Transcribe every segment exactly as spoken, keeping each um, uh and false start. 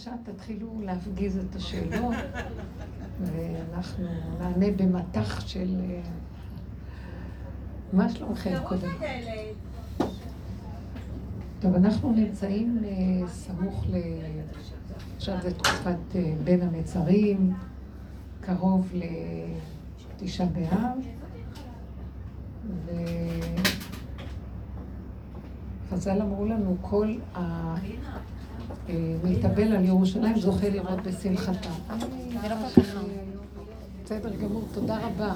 בבקשה תתחילו להפגיז את השאלות, ואנחנו נענה במתח של... מה שלומכם קודם? טוב, אנחנו נמצאים סמוך ל... עכשיו זה תקופת בין המצרים, קרוב לתשעה באב, וחז"ל אמרו לנו כל המתאבל על ירושלים זוכה לראות בשמחתה. בסדר גמור, תודה רבה.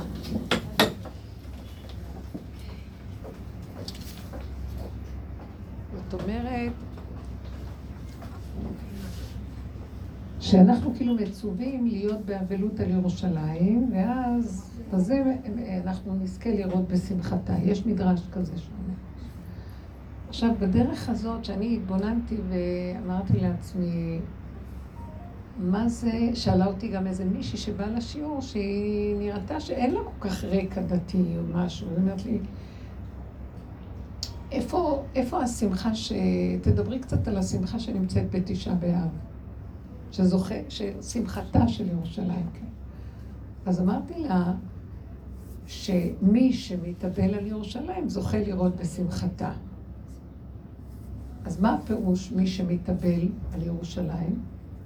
זאת אומרת שאנחנו כאילו מצווים להיות באבלות על ירושלים, ואז בזה אנחנו נזכה לראות בשמחתה. יש מדרש כזה שם. עכשיו, בדרך הזאת שאני התבוננתי ואמרתי לעצמי, מה זה? שאלה אותי גם איזה מישהי שבאה לשיעור, שהיא נראתה שאין לה כל כך רקע דתי או משהו. היא אומרת לי, איפה, איפה השמחה ש... תדברי קצת על השמחה שנמצאת בתשעה באב. שזוכה, ששמחתה של ירושלים, כן. אז אמרתי לה, שמי שמתאבל על ירושלים זוכה לראות בשמחתה. אז מה הפירוש מי שמתאבל על ירושלים?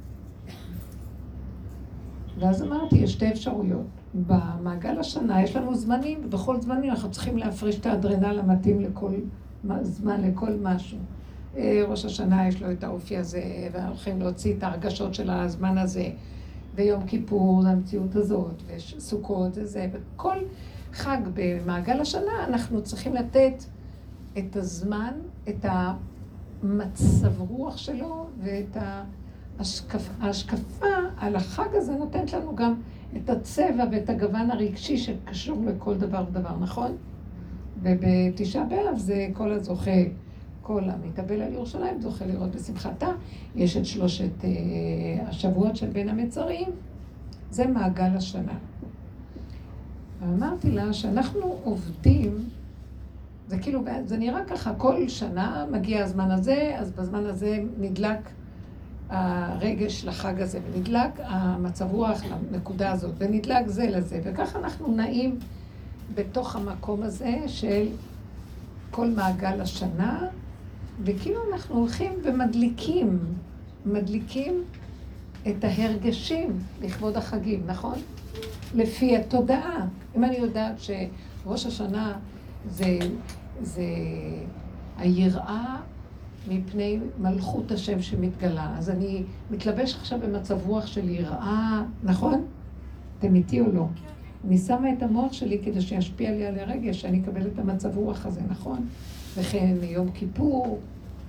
ואז אמרתי, יש שתי אפשרויות. במעגל השנה יש לנו זמנים, ובכל זמנים אנחנו צריכים להפריש את האדרנל המתאים לכל זמן, לכל משהו. ראש השנה יש לו את האופי הזה, והולכים להוציא את ההרגשות של הזמן הזה, ויום כיפור זה המציאות הזאת, וסוכות זה זה, וכל חג במעגל השנה אנחנו צריכים לתת את הזמן, את המצב רוח שלו, ואת ההשקפה, ההשקפה על החג הזה נותנת לנו גם את הצבע ואת הגוון הרגשי שקשור לכל דבר ודבר, נכון? ובתשעה באב זה כל הזוכה, כל המתאבל על ירושלים זוכה לראות בשמחתה. יש את שלושת אה, השבועות של בין המצרים, זה מעגל השנה. ואמרתי לה שאנחנו עובדים, זה כאילו, זה נראה ככה, כל שנה מגיע הזמן הזה, אז בזמן הזה נדלק הרגש לחג הזה, ונדלק המצב רוח לנקודה הזאת, ונדלק זה לזה, וככה אנחנו נעים בתוך המקום הזה של כל מעגל השנה, וכאילו אנחנו הולכים ומדליקים, מדליקים את ההרגשים לכבוד החגים, נכון? לפי התודעה. אם אני יודעת שראש השנה זה, זה היראה מפני מלכות השם שמתגלה, אז אני מתלבש עכשיו במצב רוח של יראה, נכון? אתם איתי או לא? אני שמה את המוח שלי כדי שישפיע לי על הרגש, שאני אקבל את המצב רוח הזה, נכון? וכן יום כיפור,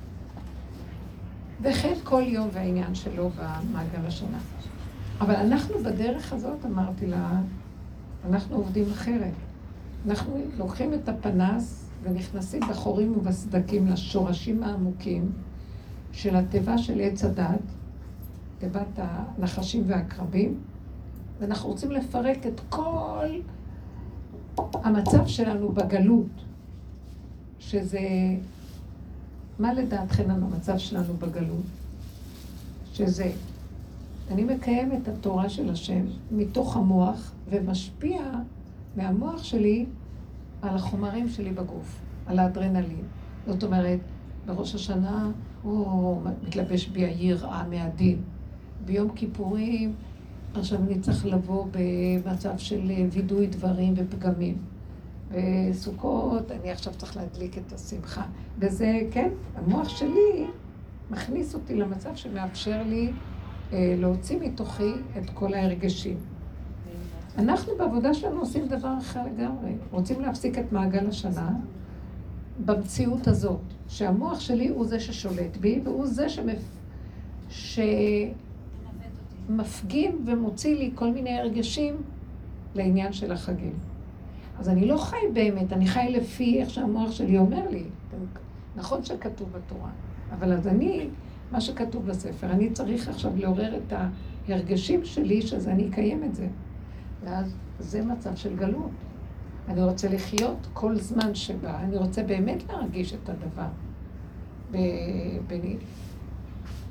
וכן כל יום והעניין שלו במעגל השנה. אבל אנחנו בדרך הזאת, אמרתי לה, אנחנו עובדים אחרת. אנחנו לוקחים את הפנס ונכנסים בחורים ובסדקים לשורשים העמוקים של הטבע של עץ הדת, טבעת הנחשים והקרבים, ואנחנו רוצים לפרק את כל המצב שלנו בגלות, שזה, מה לדעתכם המצב שלנו בגלות? שזה, אני מקיים את התורה של השם מתוך המוח ומשפיע מהמוח שלי על החומרים שלי בגוף, על האדרנלין. זאת אומרת, בראש השנה, או, מתלבש בי היראה מהדין. ביום כיפורים, עכשיו אני צריך לבוא במצב של וידוי דברים ופגמים. בסוכות, אני עכשיו צריך להדליק את השמחה. וזה, כן, המוח שלי מכניס אותי למצב שמאפשר לי אה, להוציא מתוכי את כל ההרגשים. אנחנו בעבודה שלנו עושים דבר אחר לגמרי. רוצים להפסיק את מעגל השנה במציאות הזאת, שהמוח שלי הוא זה ששולט בי, והוא זה שמפ... שמפגין ומוציא לי כל מיני הרגשים לעניין של החגים. אז אני לא חי באמת, אני חי לפי איך שהמוח שלי אומר לי. נכון שכתוב בתורה, אבל אז אני, מה שכתוב בספר, אני צריך עכשיו לעורר את ההרגשים שלי, שזה אני אקיים את זה. ואז זה מצב של גלות. אני רוצה לחיות כל זמן שבא, אני רוצה באמת להרגיש את הדבר. ב... ב...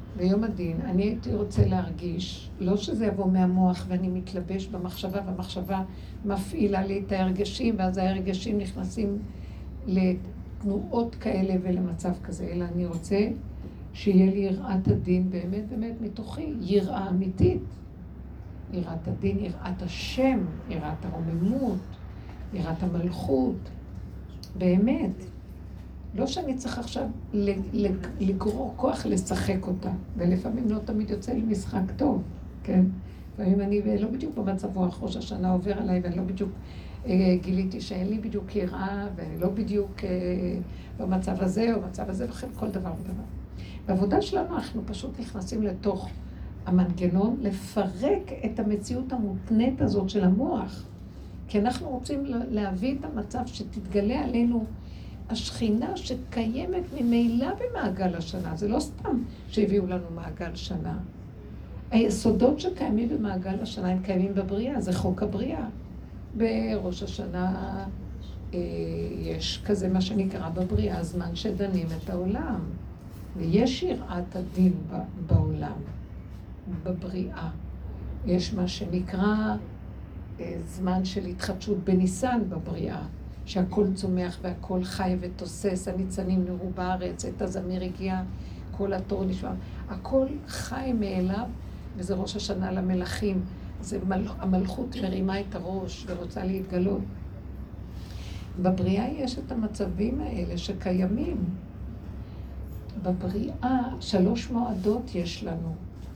ביום הדין, אני הייתי רוצה להרגיש, לא שזה יבוא מהמוח ואני מתלבש במחשבה, והמחשבה מפעילה לי את ההרגשים, ואז ההרגשים נכנסים לתנועות כאלה ולמצב כזה, אלא אני רוצה שיהיה לי יראת הדין באמת באמת מתוכי, יראה אמיתית. יראת הדין, יראת השם, יראת הרוממות, יראת המלכות, באמת. לא שאני צריך עכשיו לגרור כוח לשחק אותה, ולפעמים לא תמיד יוצא לי משחק טוב, כן? לפעמים אני לא בדיוק במצב רוח, ראש השנה עובר עליי, ואני לא בדיוק אה, גיליתי שאין לי בדיוק יראה, ואני לא בדיוק אה, במצב הזה או במצב הזה, וכן כל דבר ודבר. בעבודה שלנו אנחנו פשוט נכנסים לתוך המנגנון, לפרק את המציאות המותנית הזאת של המוח, כי אנחנו רוצים להביא את המצב שתתגלה עלינו השכינה שקיימת ממילא במעגל השנה. זה לא סתם שהביאו לנו מעגל שנה. היסודות שקיימים במעגל השנה הם קיימים בבריאה, זה חוק הבריאה. בראש השנה אה, יש כזה מה שנקרא בבריאה, הזמן שדנים את העולם. ויש יראת הדין בעולם, בבריאה. יש מה שנקרא אה, זמן של התחדשות בניסן בבריאה. שהכל צומח והכל חי ותוסס, הניצנים נראו בארץ, את הזמיר הגיע, כל התור נשמע. הכל חי מאליו, וזה ראש השנה למלכים. זה מל... המלכות מרימה את הראש ורוצה להתגלות. בבריאה יש את המצבים האלה שקיימים. בבריאה שלוש מועדות יש לנו.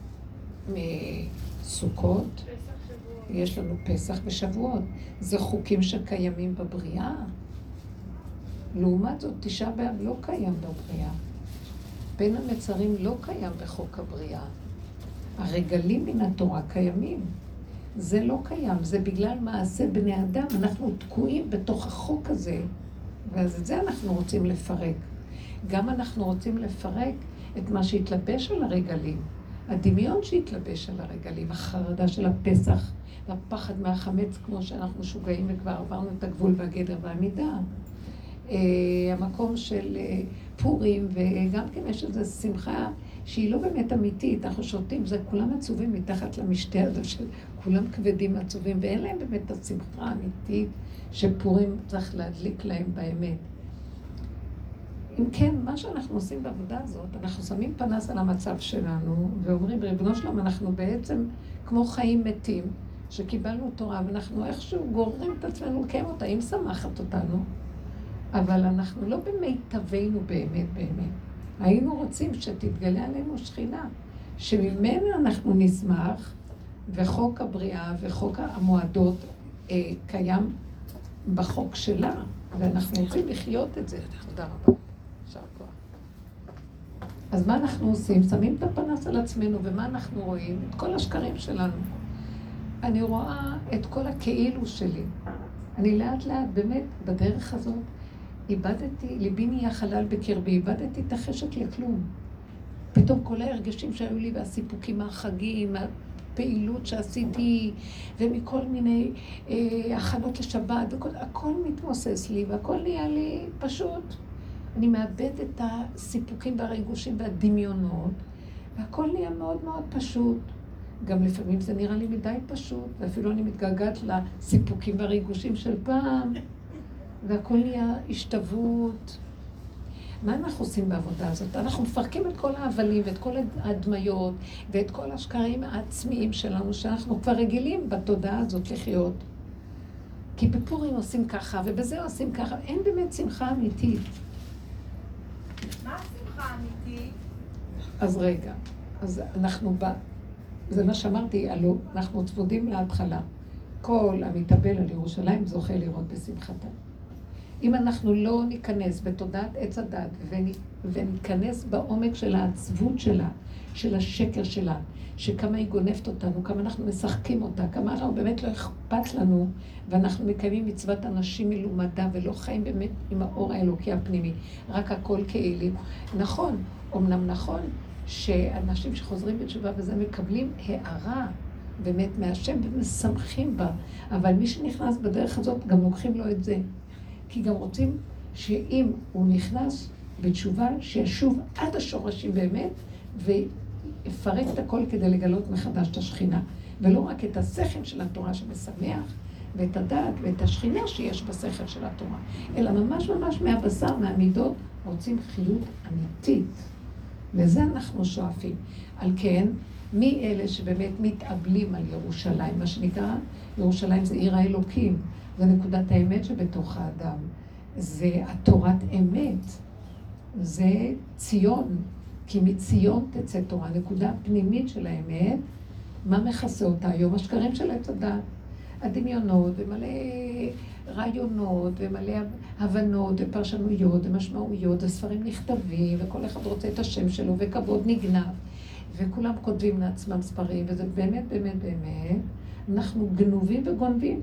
מסוכות, יש לנו פסח ושבועות. זה חוקים שקיימים בבריאה. לעומת זאת, תשעה באב לא קיים בבריאה. בין המצרים לא קיים בחוק הבריאה. הרגלים מן התורה קיימים. זה לא קיים, זה בגלל מעשה בני אדם. אנחנו תקועים בתוך החוק הזה, ואז את זה אנחנו רוצים לפרק. גם אנחנו רוצים לפרק את מה שהתלבש על הרגלים. הדמיון שהתלבש על הרגלים, החרדה של הפסח, והפחד מהחמץ, כמו שאנחנו שוגעים וכבר עברנו את הגבול והגדר והמידה. המקום של פורים, וגם כן יש איזו שמחה שהיא לא באמת אמיתית. אנחנו שותים, זה כולם עצובים מתחת למשתה הזה של כולם כבדים עצובים, ואין להם באמת את השמחה האמיתית שפורים צריך להדליק להם באמת. אם כן, מה שאנחנו עושים בעבודה הזאת, אנחנו שמים פנס על המצב שלנו, ואומרים, ריבונו שלום, אנחנו בעצם כמו חיים מתים, שקיבלנו תורה, ואנחנו איכשהו גוררים את עצמנו לקיים אותה, היא משמחת אותנו, אבל אנחנו לא במיטבנו באמת באמת. היינו רוצים שתתגלה עלינו שכינה, שממנה אנחנו נשמח, וחוק הבריאה וחוק המועדות אה, קיים בחוק שלה, ואנחנו רוצים לחיות את זה. תודה רבה. אז מה אנחנו עושים? שמים את הפנס על עצמנו, ומה אנחנו רואים? את כל השקרים שלנו. אני רואה את כל הכאילו שלי. אני לאט לאט, באמת, בדרך הזאת, איבדתי, ליבי נהיה חלל בקרבי, איבדתי את החשק לכלום. פתאום כל ההרגשים שהיו לי, והסיפוקים מהחגים, הפעילות שעשיתי, ומכל מיני אה, הכנות לשבת, וכל, הכל מתמוסס לי, והכל נהיה לי פשוט. אני מאבד את הסיפוקים והרגושים והדמיונות, והכל נהיה מאוד מאוד פשוט. גם לפעמים זה נראה לי מדי פשוט, ואפילו אני מתגעגעת לסיפוקים והרגושים של פעם, והכל נהיה השתוות. מה אנחנו עושים בעבודה הזאת? אנחנו מפרקים את כל ההבלים ואת כל הדמיות ואת כל השקרים העצמיים שלנו, שאנחנו כבר רגילים בתודעה הזאת לחיות. כי בפורים עושים ככה, ובזה עושים ככה. אין באמת שמחה אמיתית. מה השמחה אמיתית? אז רגע, אז אנחנו ב... זה מה שאמרתי, אלו, אנחנו צבודים להתחלה. כל המתאבל על ירושלים זוכה לראות בשמחתה. אם אנחנו לא ניכנס בתודעת עץ הדת וניכנס בעומק של העצבות שלה, של השקר שלה, שכמה היא גונפת אותנו, כמה אנחנו משחקים אותה, כמה אנחנו באמת לא אכפת לנו, ואנחנו מקיימים מצוות אנשים מלומדה ולא חיים באמת עם האור האלוקי הפנימי, רק הכל כאלים. נכון, אמנם נכון, שאנשים שחוזרים בתשובה וזה מקבלים הערה באמת מהשם ומשמחים בה, אבל מי שנכנס בדרך הזאת גם לוקחים לו את זה. כי גם רוצים שאם הוא נכנס בתשובה, שישוב עד השורשים באמת, לפרק את הכל כדי לגלות מחדש את השכינה. ולא רק את השכל של התורה שמשמח, ואת הדעת ואת השכינה שיש בשכל של התורה. אלא ממש ממש מהבשר, מהמידות, רוצים חיות אמיתית. לזה אנחנו שואפים. על כן, מי אלה שבאמת מתאבלים על ירושלים, מה שנקרא, ירושלים זה עיר האלוקים, זה נקודת האמת שבתוך האדם, זה התורת אמת, זה ציון, כי מציון תצא תורה, נקודה פנימית של האמת, מה מכסה אותה היום? השקרים של עץ הדת, הדמיונות ומלא רעיונות ומלא הבנות ופרשנויות ומשמעויות, הספרים נכתבים וכל אחד רוצה את השם שלו וכבוד נגנב. וכולם כותבים לעצמם ספרים, וזה באמת, באמת, באמת, אנחנו גנובים וגונבים.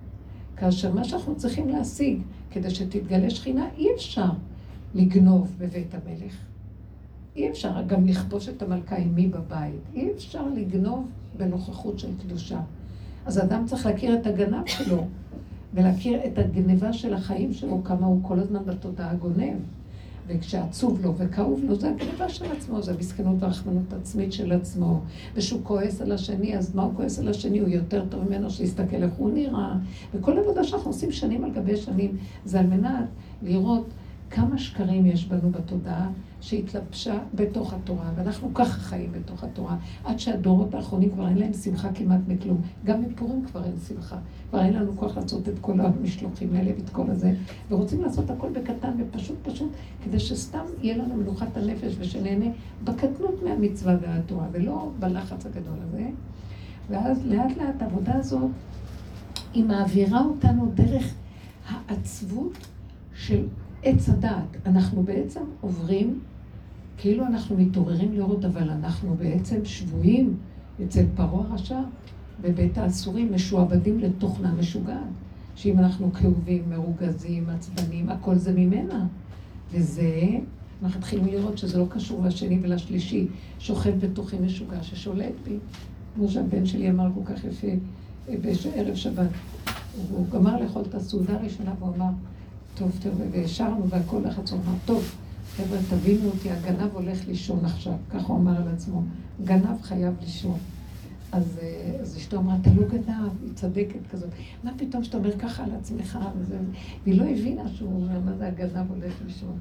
כאשר מה שאנחנו צריכים להשיג, כדי שתתגלה שכינה, אי אפשר לגנוב בבית המלך. אי אפשר גם לכבוש את המלכה עימי בבית. אי אפשר לגנוב בנוכחות של קדושה. אז אדם צריך להכיר את הגנב שלו, ולהכיר את הגניבה של החיים שלו, כמה הוא כל הזמן בתודעה גונב. וכשעצוב לו וכאוב לו, זה הגניבה של עצמו, זה המסכנות והרחמנות עצמית של עצמו. ושהוא כועס על השני, אז מה הוא כועס על השני? הוא יותר טוב ממנו שיסתכל איך הוא נראה. וכל עבודה שאנחנו עושים שנים על גבי שנים, זה על מנת לראות כמה שקרים יש בנו בתודעה שהתלבשה בתוך התורה, ואנחנו ככה חיים בתוך התורה, עד שהדורות האחרונים כבר אין להם שמחה כמעט מכלום. גם מפורים כבר אין שמחה, כבר אין לנו כוח לעשות את כל המשלוחים האלה ואת כל הזה, ורוצים לעשות הכל בקטן ופשוט פשוט, כדי שסתם יהיה לנו מנוחת הנפש ושנהנה בקטנות מהמצווה והתורה, ולא בלחץ הגדול הזה. ואז לאט לאט העבודה הזאת, היא מעבירה אותנו דרך העצבות של עץ הדעת. אנחנו בעצם עוברים, כאילו אנחנו מתעוררים לראות, אבל אנחנו בעצם שבויים אצל פרעה הרשע, בבית האסורים, משועבדים לתוכנה משוגעת, שאם אנחנו כאובים, מרוגזים, עצבנים, הכל זה ממנה. וזה, אנחנו מתחילים לראות שזה לא קשור לשני ולשלישי, שוכב בתוכי משוגע ששולט בי. כמו שהבן שלי אמר כל כך יפה בערב שבת. הוא גמר לאכול את הסעודה הראשונה והוא אמר, טוב, טוב, והשארנו והכל לחץ, הוא אמר, טוב, חבר'ה, תבינו אותי, הגנב הולך לישון עכשיו, ככה הוא אמר על עצמו, גנב חייב לישון. אז, אז אשתו אמרה, אתה לא גנב, היא צדקת כזאת, מה פתאום שאתה אומר ככה על עצמך, וזה, והיא לא הבינה שהוא אומר, מה זה הגנב הולך לישון.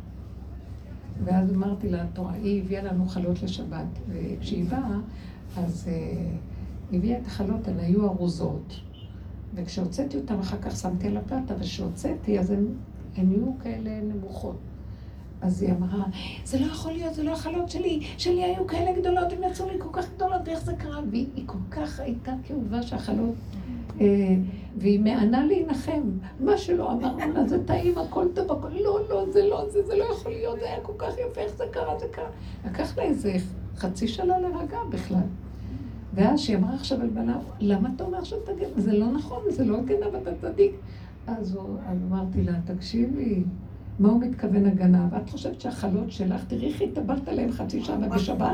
ואז אמרתי לה, תורה, היא הביאה לנו חלות לשבת, וכשהיא באה, אז היא הביאה את החלות, הן היו ארוזות, וכשהוצאתי אותם אחר כך שמתי על הפלטה, וכשהוצאתי אז הן, הן היו כאלה נמוכות. אז היא אמרה, זה לא יכול להיות, זה לא החלות שלי, שלי היו כאלה גדולות, הם יצאו לי כל כך גדולות, ואיך זה קרה? והיא כל כך הייתה כאובה שהחלות, אה, והיא מענה להנחם, מה שלא אמרנו לה, זה טעים, הכל טוב, הכל, לא, לא, זה לא, זה, זה לא יכול להיות, זה היה כל כך יפה, איך זה קרה, זה קרה. לקח לה איזה חצי שנה לרגע בכלל. ואז שהיא אמרה עכשיו על בנה, למה אתה אומר עכשיו תגן? זה לא נכון, זה לא גנב, אתה צדיק. אז אמרתי לה, תקשיבי, מה הוא מתכוון הגנב? את חושבת שהחלות שלך, תראי איך התאבלת עליהם חצי שנה בשבת?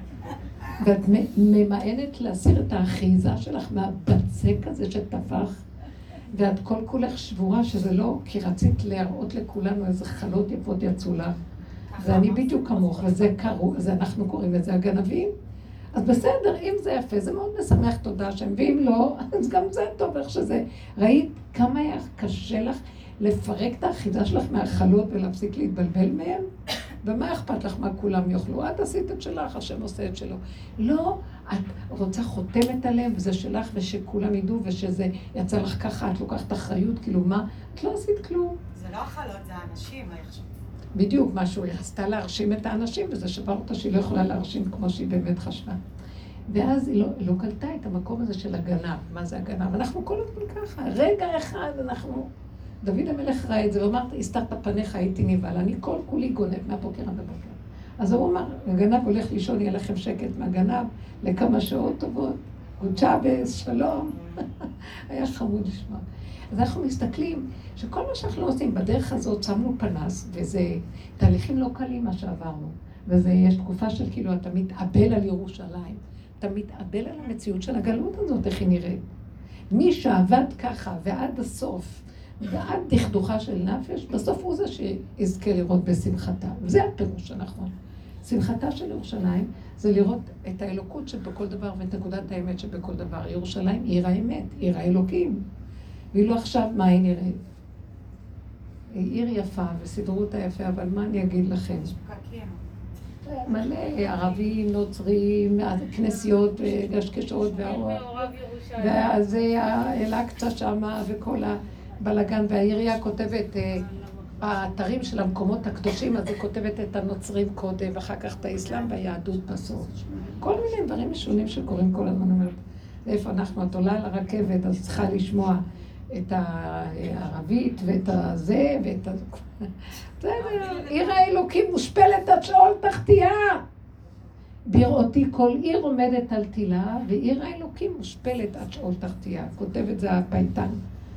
ואת ממאנת להסיר את האחיזה שלך מהבצק הזה שטפח, ואת כל כולך שבורה שזה לא, כי רצית להראות לכולנו איזה חלות יפות יצאו לך. ואני בדיוק כמוך, וזה קרו, זה אנחנו קוראים לזה הגנבים. אז בסדר, אם זה יפה, זה מאוד משמח, תודה השם, ואם לא, אז גם זה טוב איך שזה. ראית כמה היה קשה לך לפרק את האחיזה שלך מהחלות ולהפסיק להתבלבל מהם? ומה אכפת לך מה כולם יאכלו? את עשית את שלך, השם עושה את שלו. לא, את רוצה חותמת עליהם, וזה שלך, ושכולם ידעו, ושזה יצא לך ככה, את לוקחת אחריות, כאילו מה? את לא עשית כלום. זה לא החלות, זה האנשים, איך בדיוק משהו, היא רצתה להרשים את האנשים, וזה שבר אותה שהיא לא יכולה להרשים כמו שהיא באמת חשבה. ואז היא לא, לא קלטה את המקום הזה של הגנב. מה זה הגנב? אנחנו כל הזמן ככה, רגע אחד אנחנו... דוד המלך ראה את זה ואמר, הסתרת פניך, הייתי נבהל, אני כל כולי גונב מהבוקר עד הבוקר. אז הוא אמר, הגנב הולך לישון, יהיה לכם שקט מהגנב לכמה שעות טובות, גוצ'אבס, שלום. היה חמוד לשמוע. אז אנחנו מסתכלים שכל מה שאנחנו עושים בדרך הזאת, שמנו פנס, וזה תהליכים לא קלים מה שעברנו. וזה, יש תקופה של כאילו, אתה מתאבל על ירושלים, אתה מתאבל על המציאות של הגלות הזאת, איך היא נראית. מי שעבד ככה ועד הסוף, ועד דכדוכה של נפש, בסוף הוא זה שיזכה לראות בשמחתה. וזה הפירוש הנכון. שמחתה של ירושלים זה לראות את האלוקות שבכל דבר ואת נקודת האמת שבכל דבר. ירושלים עיר האמת, עיר האלוקים. ואילו עכשיו מה היא נראית? עיר יפה וסידרו אותה יפה, אבל מה אני אגיד לכם? מלא ערבים, נוצרים, כנסיות וגשקשות וזה אל-אקצא שמה וכל הבלגן, והעירייה כותבת האתרים של המקומות הקדושים, אז היא כותבת את הנוצרים קודם ואחר כך את האסלאם והיהדות בסוף. כל מיני דברים משונים שקורים כל הזמן. אומרת, איפה אנחנו? את עולה על הרכבת, אז צריכה לשמוע את הערבית ואת הזה ואת ה... זה עיר האלוקים מושפלת עד שאול תחתיה. בראותי כל עיר עומדת על תילה, ועיר האלוקים מושפלת עד שאול תחתיה. כותב את זה הפייטן.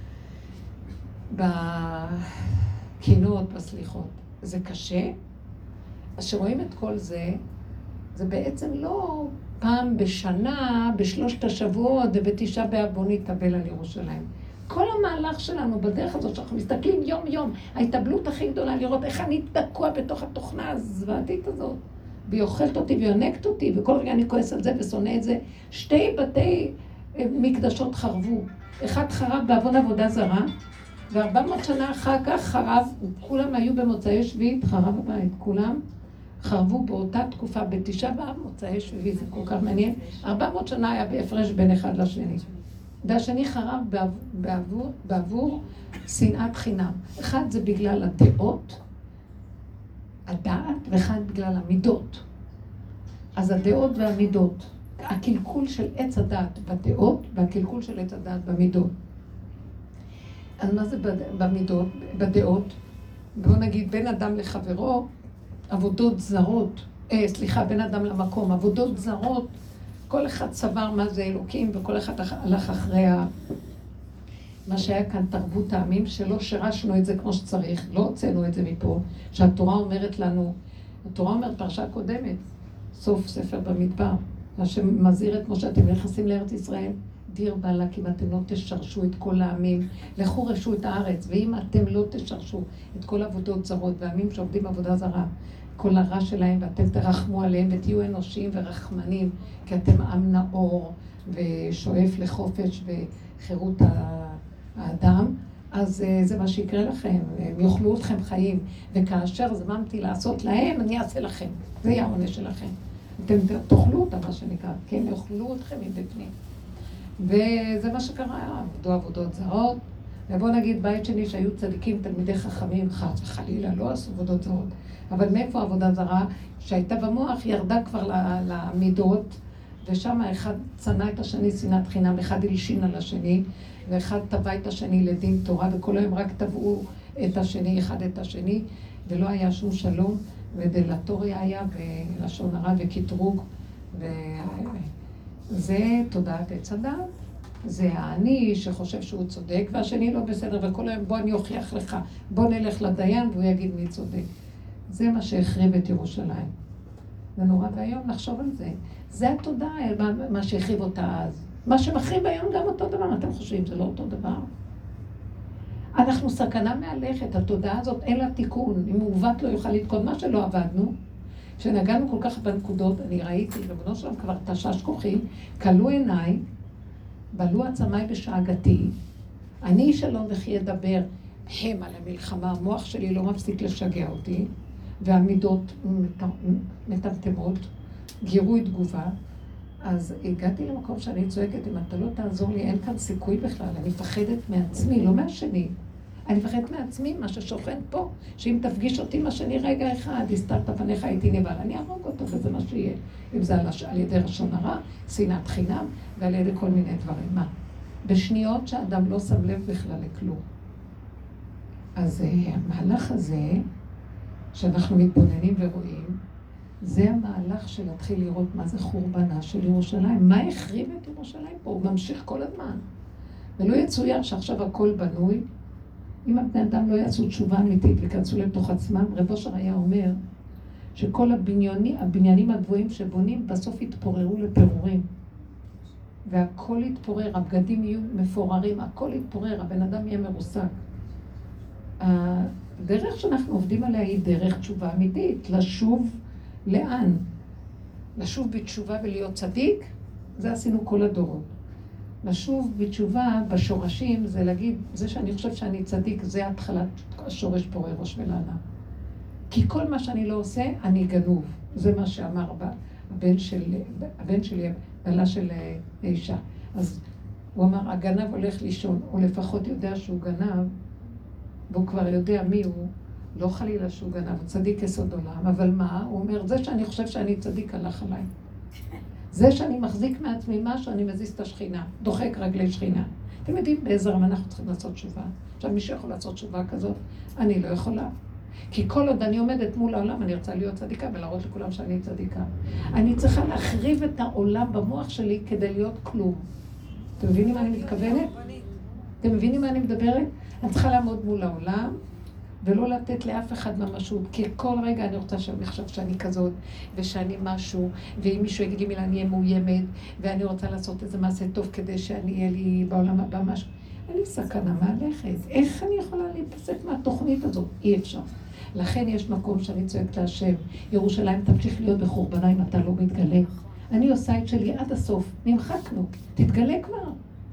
בקינות, בסליחות. זה קשה. אז שרואים את כל זה, זה בעצם לא פעם בשנה, בשלושת השבועות ובתשעה באב בוא נתאבל על ירושלים. כל המהלך שלנו בדרך הזאת שאנחנו מסתכלים יום יום, ההתאבלות הכי גדולה לראות איך אני תקוע בתוך התוכנה הזוועתית הזאת. והיא אוכלת אותי ויונקת אותי, וכל רגע אני כועס על זה ושונא את זה. שתי בתי מקדשות חרבו. אחד חרב בעוון עבודה זרה, וארבע מאות שנה אחר כך חרב, כולם היו במוצאי שביעית, חרב הבית, כולם חרבו באותה תקופה, בתשעה באב מוצאי שביעית, זה כל כך מעניין. ארבע מאות שנה היה בהפרש בין אחד לשני. והשני חרב בעבור, בעבור שנאת חינם. אחד זה בגלל הדעות, הדעת, ואחד בגלל המידות. אז הדעות והמידות, הקלקול של עץ הדעת בדעות, והקלקול של עץ הדעת במידות. אז מה זה במידות, בדעות? בואו נגיד, בין אדם לחברו, עבודות זרות, אה, סליחה, בין אדם למקום, עבודות זרות, כל אחד סבר מה זה אלוקים, וכל אחד הלך אחרי ה... מה שהיה כאן תרבות העמים, שלא שרשנו את זה כמו שצריך, לא הוצאנו את זה מפה, שהתורה אומרת לנו, התורה אומרת פרשה קודמת, סוף ספר במדבר, מה שמזהיר את משה, אתם נכנסים לארץ ישראל, דיר בעלק אם אתם לא תשרשו את כל העמים, לכו רשו את הארץ, ואם אתם לא תשרשו את כל עבודות זרות, והעמים שעובדים עבודה זרה, כל הרע שלהם, ואתם תרחמו עליהם ותהיו אנושיים ורחמנים, כי אתם עם נאור ושואף לחופש וחירות האדם, אז זה מה שיקרה לכם, הם יאכלו אתכם חיים, וכאשר זמנתי לעשות להם, אני אעשה לכם, זה יהיה העונש שלכם. אתם תאכלו אותם, מה שנקרא, כי הם יאכלו אתכם מבפנים. וזה מה שקרה, עבדו עבודות זרות, ובוא נגיד בית שני שהיו צדיקים, תלמידי חכמים, חס וחלילה, לא עשו עבודות זרות, אבל מאיפה עבודה זרה שהייתה במוח ירדה כבר למידות, ושם אחד צנע את השני שנאת חינם, אחד הלשין על השני, ואחד טבע את השני לדין תורה, וכל היום רק טבעו את השני, אחד את השני, ולא היה שום שלום, ודלטוריה היה, ולשון הרע וקטרוג, וזה תודעת עץ הדת. זה האני שחושב שהוא צודק, והשני לא בסדר, וכל היום בוא אני אוכיח לך, בוא נלך לדיין והוא יגיד מי צודק. זה מה שהחריב את ירושלים. זה נורא והיום לחשוב על זה. זה התודעה, מה, מה שהחריב אותה אז. מה שמחריב היום גם אותו דבר, אתם חושבים, זה לא אותו דבר. אנחנו סכנה מהלכת, התודעה הזאת אין לה תיקון, אם מעוות לא יוכל לתקון, מה שלא עבדנו, שנגענו כל כך בנקודות, אני ראיתי, ובנו שלם כבר תשש כוחים, קלו עיניי, בלו עצמיי בשאגתי, אני שלום וכי ידבר הם על המלחמה, המוח שלי לא מפסיק לשגע אותי, והמידות מטמטמות, גירוי תגובה, אז הגעתי למקום שאני צועקת, אם אתה לא תעזור לי, אין כאן סיכוי בכלל, אני מפחדת מעצמי, לא מהשני. אני מפחדת מעצמי, מה ששוכן פה, שאם תפגיש אותי מה שאני רגע אחד, הסתרת פניך הייתי נבעל, אני ארוג אותו, וזה מה שיהיה. אם זה על, על ידי ראשון הרע, שנאת חינם, ועל ידי כל מיני דברים. מה? בשניות שאדם לא שם לב בכלל לכלום. אז המהלך הזה, שאנחנו מתבוננים ורואים, זה המהלך של להתחיל לראות מה זה חורבנה של ירושלים. מה החריב את ירושלים פה? הוא ממשיך כל הזמן. ולא יצוין שעכשיו הכל בנוי. אם הבני אדם לא יעשו תשובה אמיתית וכנסו לתוך עצמם, רב אושר היה אומר שכל הבניינים, הבניינים הגבוהים שבונים בסוף יתפוררו לפירורים. והכל יתפורר, הבגדים יהיו מפוררים, הכל יתפורר, הבן אדם יהיה מרוסק. הדרך שאנחנו עובדים עליה היא דרך תשובה אמיתית, לשוב לאן? לשוב בתשובה ולהיות צדיק? זה עשינו כל הדורות. לשוב בתשובה בשורשים זה להגיד, זה שאני חושב שאני צדיק, זה התחלת השורש פורה ראש ולענה. כי כל מה שאני לא עושה, אני גנוב. זה מה שאמר הבן של, הבן שלי, בעלה של אישה. אז הוא אמר, הגנב הולך לישון, או לפחות יודע שהוא גנב, והוא כבר יודע מי הוא, לא חלילה שהוא גנב, הוא צדיק יסוד עולם, אבל מה? הוא אומר, זה שאני חושב שאני צדיק הלך עליי. זה שאני מחזיק מעצמי משהו, אני מזיז את השכינה, דוחק רגלי שכינה. אתם יודעים באיזה רמה אנחנו צריכים לעשות תשובה? עכשיו מישהו יכול לעשות תשובה כזאת? אני לא יכולה. כי כל עוד אני עומדת מול העולם, אני רוצה להיות צדיקה ולהראות לכולם שאני צדיקה. אני צריכה להחריב את העולם במוח שלי כדי להיות כלום. אתם מבינים מה אני מתכוונת? אתם מבינים מה אני מדברת? אני צריכה לעמוד מול העולם, ולא לתת לאף אחד ממשות, כי כל רגע אני רוצה שאני חושב שאני כזאת, ושאני משהו, ואם מישהו יגיד לי מילה, אני אהיה מאוימת, ואני רוצה לעשות איזה מעשה טוב כדי שאני אהיה לי בעולם הבא משהו. אני סכנה מהלכת. איך אני יכולה להתעסק מהתוכנית הזאת? אי אפשר. לכן יש מקום שאני צועקת להשם, ירושלים תמשיך להיות בחורבנה אם אתה לא מתגלה. אני עושה את שלי עד הסוף, נמחקנו, תתגלה כבר.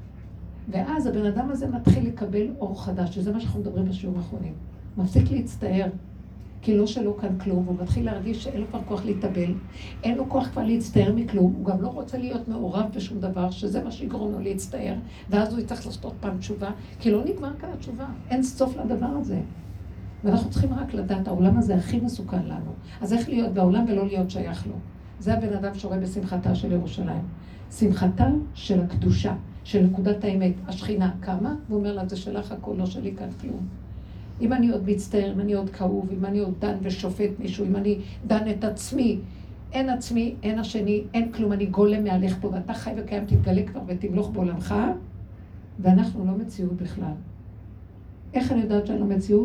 ואז הבן אדם הזה מתחיל לקבל אור חדש, וזה מה שאנחנו מדברים בשיעור האחרונים. מפסיק להצטער, כי לא שלא כאן כלום, והוא מתחיל להרגיש שאין לו כבר כוח להתאבל, אין לו כוח כבר להצטער מכלום, הוא גם לא רוצה להיות מעורב בשום דבר, שזה מה שיגרום לו להצטער, ואז הוא יצטרך לעשות עוד פעם תשובה, כי לא נגמר כאן התשובה, אין סוף לדבר הזה. ואנחנו צריכים רק לדעת, העולם הזה הכי מסוכן לנו, אז איך להיות בעולם ולא להיות שייך לו? זה הבן אדם שרואה בשמחתה של ירושלים. שמחתה של הקדושה, של נקודת האמת, השכינה קמה, והוא אומר לה, זה שלך הכל, לא שלי כאן כלום. אם אני עוד מצטער, אם אני עוד כאוב, אם אני עוד דן ושופט מישהו, אם אני דן את עצמי, אין עצמי, אין השני, אין כלום, אני גולם מהלך פה, ואתה חי וקיים, תתגלה כבר ותמלוך בעולמך, ואנחנו לא מציאות בכלל. איך אני יודעת שאני לא מציאות?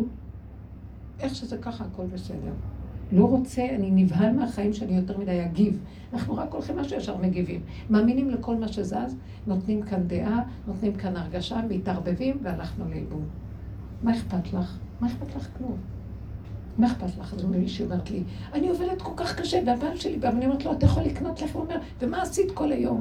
איך שזה ככה, הכל בסדר. לא רוצה, אני נבהל מהחיים שאני יותר מדי אגיב. אנחנו רק הולכים משהו ישר מגיבים. מאמינים לכל מה שזז, נותנים כאן דעה, נותנים כאן הרגשה, מתערבבים, והלכנו לאיבוד. מה אכפת לך? מה אכפת לך כלום? מה אכפת לך? אז מישהי אומרת לי, אני עובדת כל כך קשה, והבעל שלי, ואני אומרת לו, אתה יכול לקנות לך? הוא אומר, ומה עשית כל היום?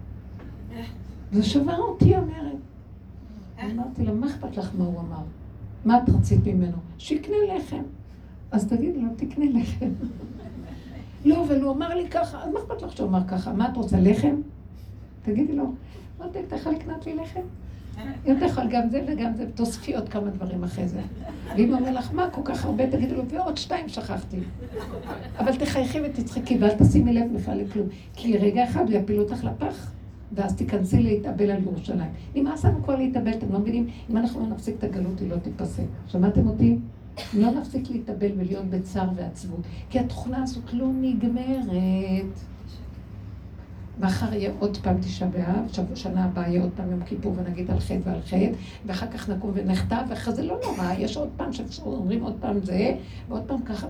זה שבר אותי, אומרת. אמרתי לה, מה אכפת לך מה הוא אמר? מה את רצית ממנו? שיקנה לחם. אז תגיד לו, תקנה לחם. לא, אבל הוא אמר לי ככה, אז מה אכפת לך שהוא אמר ככה? מה את רוצה, לחם? תגידי לו, לא תוכל לקנות לי לחם? אם תוכל גם זה וגם זה, תוספי עוד כמה דברים אחרי זה. ואם אומר לך, מה כל כך הרבה, תגידי לו, ועוד שתיים שכחתי. אבל תחייכי ותצחקי, ואל תשימי לב בכלל לכלום. כי רגע אחד הוא יפיל אותך לפח, ואז תיכנסי להתאבל על ירושלים. נמאס לנו כבר להתאבל, אתם לא מבינים? אם אנחנו לא נפסיק את הגלות, היא לא תיפסק. שמעתם אותי? אם לא נפסיק להתאבל ולהיות בצער ועצבות, כי התוכנה הזאת לא נגמרת. מחר יהיה עוד פעם תשעה באב, שנה הבאה יהיה עוד פעם יום כיפור ונגיד על חטא ועל חטא, ואחר כך נקום ונחטא, ואחרי זה לא נורא, יש עוד פעם שאומרים עוד פעם זה, ועוד פעם ככה.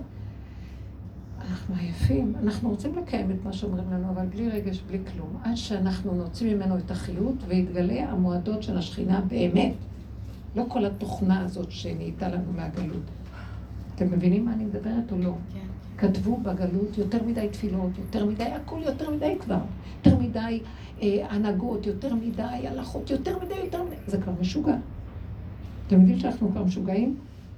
אנחנו עייפים, אנחנו רוצים לקיים את מה שאומרים לנו, אבל בלי רגש, בלי כלום, עד שאנחנו נוציא ממנו את החיות, ויתגלה המועדות של השכינה באמת. לא כל התוכנה הזאת שנהייתה לנו מהגלות. אתם מבינים מה אני מדברת או לא? כן. כתבו בגלות יותר מדי תפילות, יותר מדי, הכל יותר מדי כבר. יותר מדי אה, הנהגות, יותר מדי הלכות, יותר מדי, יותר מדי. זה כבר משוגע. אתם יודעים שאנחנו כבר משוגעים?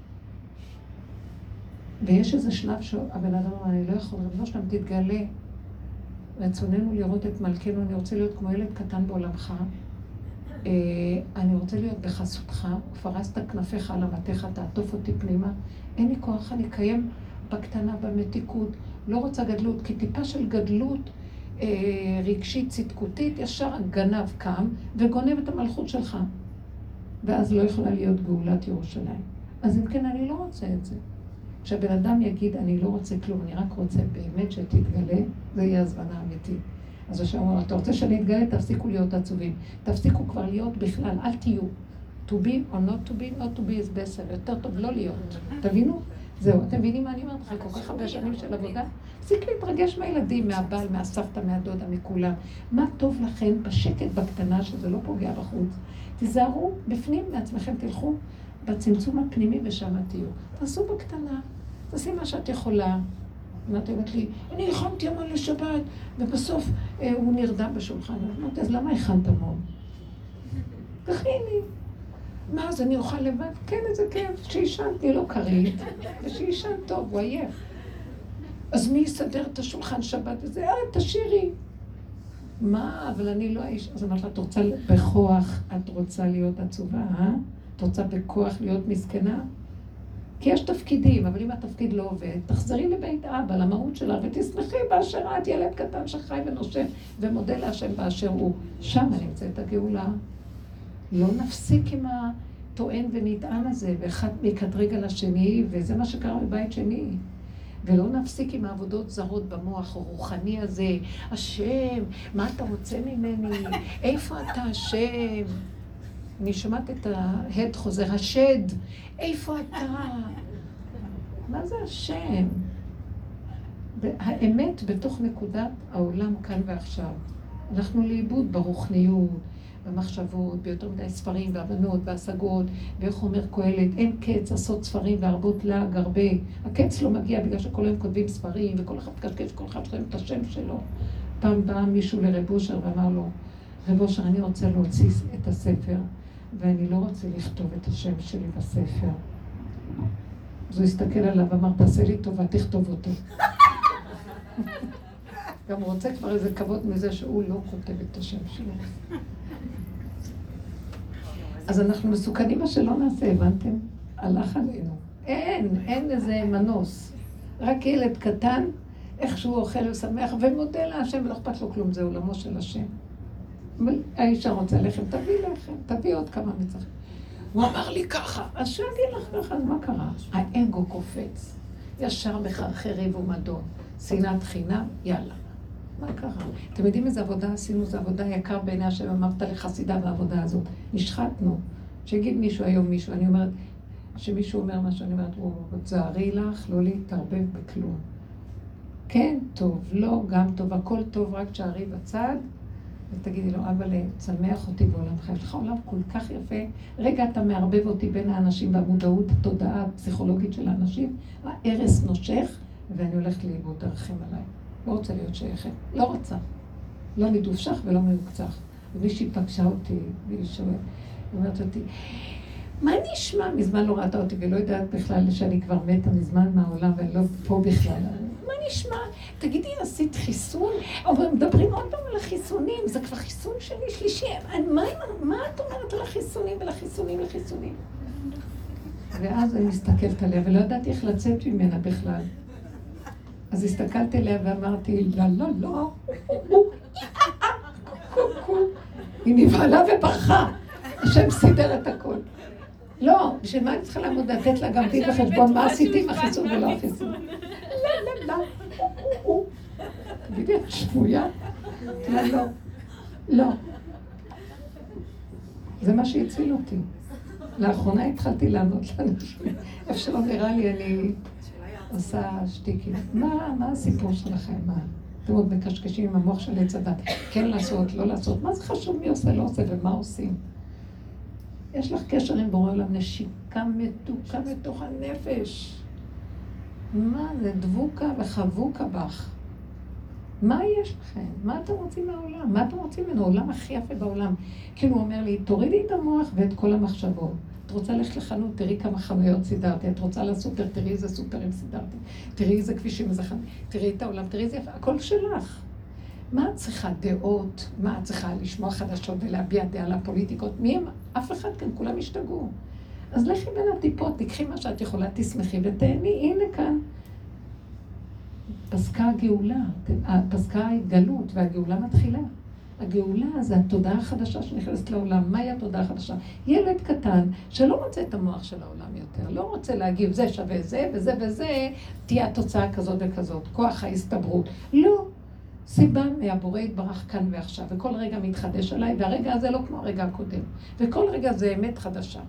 ויש איזה שלב שהבן אדם אמר, אני לא יכול, רבנו שלם תתגלה. רצוננו לראות את מלכנו, אני רוצה להיות כמו ילד קטן בעולמך. אה, אני רוצה להיות בחסותך, ופרסת כנפיך על המתך, תעטוף אותי פנימה. אין לי כוח, אני קיים בקטנה, במתיקות, לא רוצה גדלות, כי טיפה של גדלות אה, רגשית, צדקותית, ישר הגנב קם וגונב את המלכות שלך. ואז לא יכולה להיות גאולת ירושלים. אז אם כן, אני לא רוצה את זה. כשהבן אדם יגיד, אני לא רוצה כלום, אני רק רוצה באמת שתתגלה, זה יהיה הזמנה אמיתית. אז השם אומר, אתה רוצה שאני אתגלה, תפסיקו להיות עצובים. תפסיקו כבר להיות בכלל, אל תהיו. To be or not to be, not to be is better, יותר טוב לא להיות. תבינו? זהו, אתם מבינים מה אני אומרת? אחרי כל כך הרבה שנים של עבודה, תפסיק להתרגש מהילדים, מהבעל, מהסבתא, מהדודה, מכולם. מה טוב לכם בשקט, בקטנה, שזה לא פוגע בחוץ. תיזהרו בפנים מעצמכם, תלכו בצמצום הפנימי ושם תהיו. תעשו בקטנה, תעשי מה שאת יכולה, אמרתי, אמרתי לי, אני הכנתי המון לשבת, ובסוף אה, הוא נרדם בשולחן. אמרתי, אז למה הכנת המון? תכיני. מה, אז אני אוכל לבד? כן, איזה כיף, שישנתי לא כרית, ושישן טוב, הוא עייף. אז מי יסדר את השולחן שבת וזה? אה, תשאירי. מה, אבל אני לא האיש. אז אמרת לה, את רוצה בכוח, את רוצה להיות עצובה, אה? את רוצה בכוח להיות מסכנה? כי יש תפקידים, אבל אם התפקיד לא עובד, תחזרי לבית אבא, למהות שלה, ותשמחי באשר את, ילד קטן שחי ונושם, ומודה להשם באשר הוא. שם נמצאת הגאולה. לא נפסיק עם הטוען ונטען הזה, ואחד מקטרג על השני, וזה מה שקרה בבית שני. ולא נפסיק עם העבודות זרות במוח הרוחני הזה. השם, מה אתה רוצה ממני? איפה אתה השם? אני שומעת את ההד חוזר, השד, איפה אתה? מה זה השם? האמת בתוך נקודת העולם כאן ועכשיו. אנחנו לאיבוד ברוחניות, במחשבות, ביותר מדי ספרים והבנות והשגות, ואיך אומר קהלת, אין קץ עשות ספרים והרבות לעג הרבה. הקץ לא מגיע בגלל שכל היום כותבים ספרים, וכל אחד קשקש, כל אחד חיים את השם שלו. פעם בא מישהו לרב אושר ואמר לו, רב אושר, אני רוצה להוציא את הספר, ואני לא רוצה לכתוב את השם שלי בספר. אז הוא הסתכל עליו ואמר, תעשה לי טובה, תכתוב אותו. גם הוא רוצה כבר איזה כבוד מזה שהוא לא כותב את השם שלו. אז אנחנו מסוכנים מה שלא נעשה, הבנתם? הלך עלינו. אין, אין איזה מנוס. רק ילד קטן, איכשהו אוכל ושמח ומודה להשם ולא אכפת לו כלום, זה עולמו של השם. אבל האישה רוצה לחם, תביא לחם, תביא עוד כמה מצחים. הוא אמר לי ככה, אז שאגיד לך ככה, אז מה קרה? האגו קופץ, ישר מחרחר ריב ומדון, שנאת חינם, יאללה. מה קרה? אתם יודעים איזה עבודה עשינו? זו עבודה יקר בעיני השם, אמרת לחסידה בעבודה הזאת. נשחטנו. שיגיד מישהו היום מישהו, אני אומרת, שמישהו אומר משהו, אני אומרת, הוא תזהרי לך, לא להתערבב בכלום. כן, טוב, לא, גם טוב, הכל טוב, רק שערי בצד, ותגידי לו, אבל צמח אותי בעולם חי. יש לך עולם כל כך יפה. רגע, אתה מערבב אותי בין האנשים במודעות, התודעה הפסיכולוגית של האנשים, הארס נושך, ואני הולכת לאיבוד, תרחם עליי. לא רוצה להיות שייכת, לא רוצה. לא מדופשך ולא ממוקצח. ומישהי פגשה אותי, והיא שואלת, היא אומרת אותי, מה נשמע? מזמן לא ראתה אותי ולא יודעת בכלל שאני כבר מתה מזמן מהעולם ואני לא פה בכלל. מה נשמע? תגידי, עשית חיסון? אבל מדברים עוד פעם על החיסונים, זה כבר חיסון שלי שלישי. מה, מה את אומרת על החיסונים ולחיסונים לחיסונים? ואז אני מסתכלת עליה ולא ידעתי איך לצאת ממנה בכלל. אז הסתכלתי עליה ואמרתי, לא, לא, לא, היא נבהלה וברחה, השם סידר את הכל. לא, בשביל מה אני צריכה לעמוד לתת לה גם דין בחשבון מה עשיתי עם החיסון ולא החיסון? לא, לא, לא. תגידי, את שבויה? לא, לא. לא. זה מה שהציל אותי. לאחרונה התחלתי לענות לאנשים. איפה שלא נראה לי, אני עושה שטיקים. מה, מה הסיפור שלכם? מה? אתם עוד מקשקשים עם המוח של עץ הדת. כן לעשות, לא לעשות. מה זה חשוב מי עושה, לא עושה ומה עושים? יש לך קשר עם בורא עולם, נשיקה מתוקה מתוך הנפש. מה זה דבוקה וחבוקה בך? מה יש לכם? מה אתם רוצים מהעולם? מה אתם רוצים ממנו? העולם הכי יפה בעולם. כאילו הוא אומר לי, תורידי את המוח ואת כל המחשבות. את רוצה ללכת לחנות, תראי כמה חנויות סידרתי. את רוצה לסופר, תראי איזה סופרים סידרתי. תראי איזה כבישים, איזה חנויות. תראי את העולם, תראי איזה יפה. הכל שלך. מה את צריכה? דעות? מה את צריכה? לשמוע חדשות ולהביע דעה לפוליטיקות? מי הם? אף אחד כאן, כולם השתגעו. אז לכי בין הטיפות, תקחי מה שאת יכולה, תשמחי ותהני. הנה כאן. פסקה הגאולה, פסקה ההתגלות והגאולה מתחילה. הגאולה זה התודעה החדשה שנכנסת לעולם. מהי התודעה החדשה? ילד קטן שלא רוצה את המוח של העולם יותר, לא רוצה להגיב זה שווה זה וזה וזה, תהיה התוצאה כזאת וכזאת, כוח ההסתברות. לא. סיבה מהבורא יתברך כאן ועכשיו, וכל רגע מתחדש עליי, והרגע הזה לא כמו הרגע הקודם. וכל רגע זה אמת חדשה.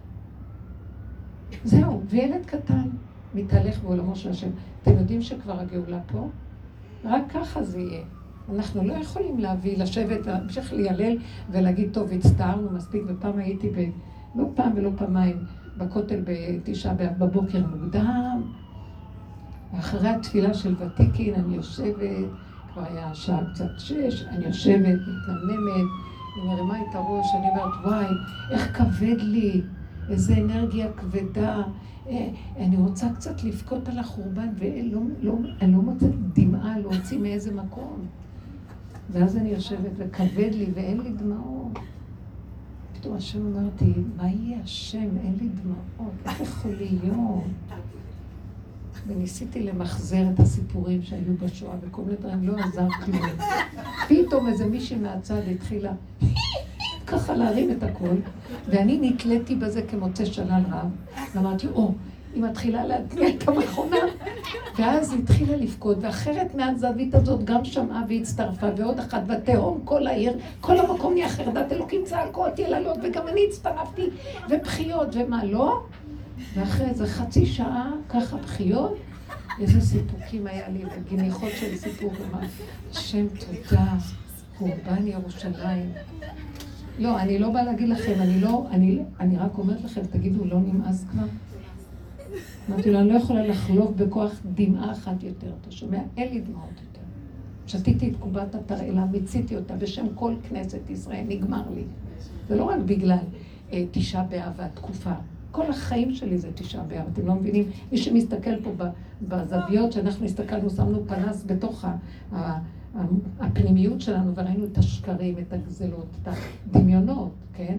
זהו, וילד קטן מתהלך בעולמו של השם. אתם יודעים שכבר הגאולה פה? רק ככה זה יהיה. אנחנו לא יכולים להביא, לשבת ולהמשיך להילל ולהגיד, טוב, הצטערנו מספיק, ופעם הייתי ב... לא פעם ולא פעמיים בכותל בתשעה באב בבוקר מוקדם, אחרי התפילה של ותיקין אני יושבת, כבר היה שעה קצת שש, אני יושבת, מתנמנמת, היא מרימה את הראש, אני אומרת, וואי, איך כבד לי, איזה אנרגיה כבדה, אני רוצה קצת לבכות על החורבן, ואני לא, לא, לא מוצאת דמעה להוציא מאיזה מקום. ואז אני יושבת וכבד לי ואין לי דמעות. פתאום השם אמרתי, מה יהיה השם? אין לי דמעות, איך יכול להיות? וניסיתי למחזר את הסיפורים שהיו בשואה, וכל מיני דברים לא עזר כלום. פתאום איזה מישהי מהצד התחילה ככה להרים את הכל, ואני נתליתי בזה כמוצא שלל רב, ואמרתי, או, היא מתחילה להתניע את המכונה, ואז היא התחילה לפקוד, ואחרת מהזווית הזאת גם שמעה והצטרפה, ועוד אחת בתהום, כל העיר, כל המקום נהיה חרדת אלוקים, צעקות, יללות, וגם אני הצטרפתי, ובחיות, ומה לא? ואחרי איזה חצי שעה, ככה בחיות, איזה סיפוקים היה לי, וגיניחות של סיפוק, אמר, השם תודה, חורבן ירושלים. לא, אני לא באה להגיד לכם, אני לא, אני, אני רק אומרת לכם, תגידו, לא נמאס כבר? אמרתי לו, אני לא יכולה לחלוב בכוח דמעה אחת יותר, אתה שומע? אין לי דמעות יותר. שתיתי את קובת התרעלה, מיציתי אותה בשם כל כנסת ישראל, נגמר לי. זה לא רק בגלל אה, תשעה באב והתקופה. כל החיים שלי זה תשעה באב, אתם לא מבינים? מי שמסתכל פה בזוויות שאנחנו הסתכלנו, שמנו פנס בתוך ה... הפנימיות שלנו, וראינו את השקרים, את הגזלות, את הדמיונות, כן?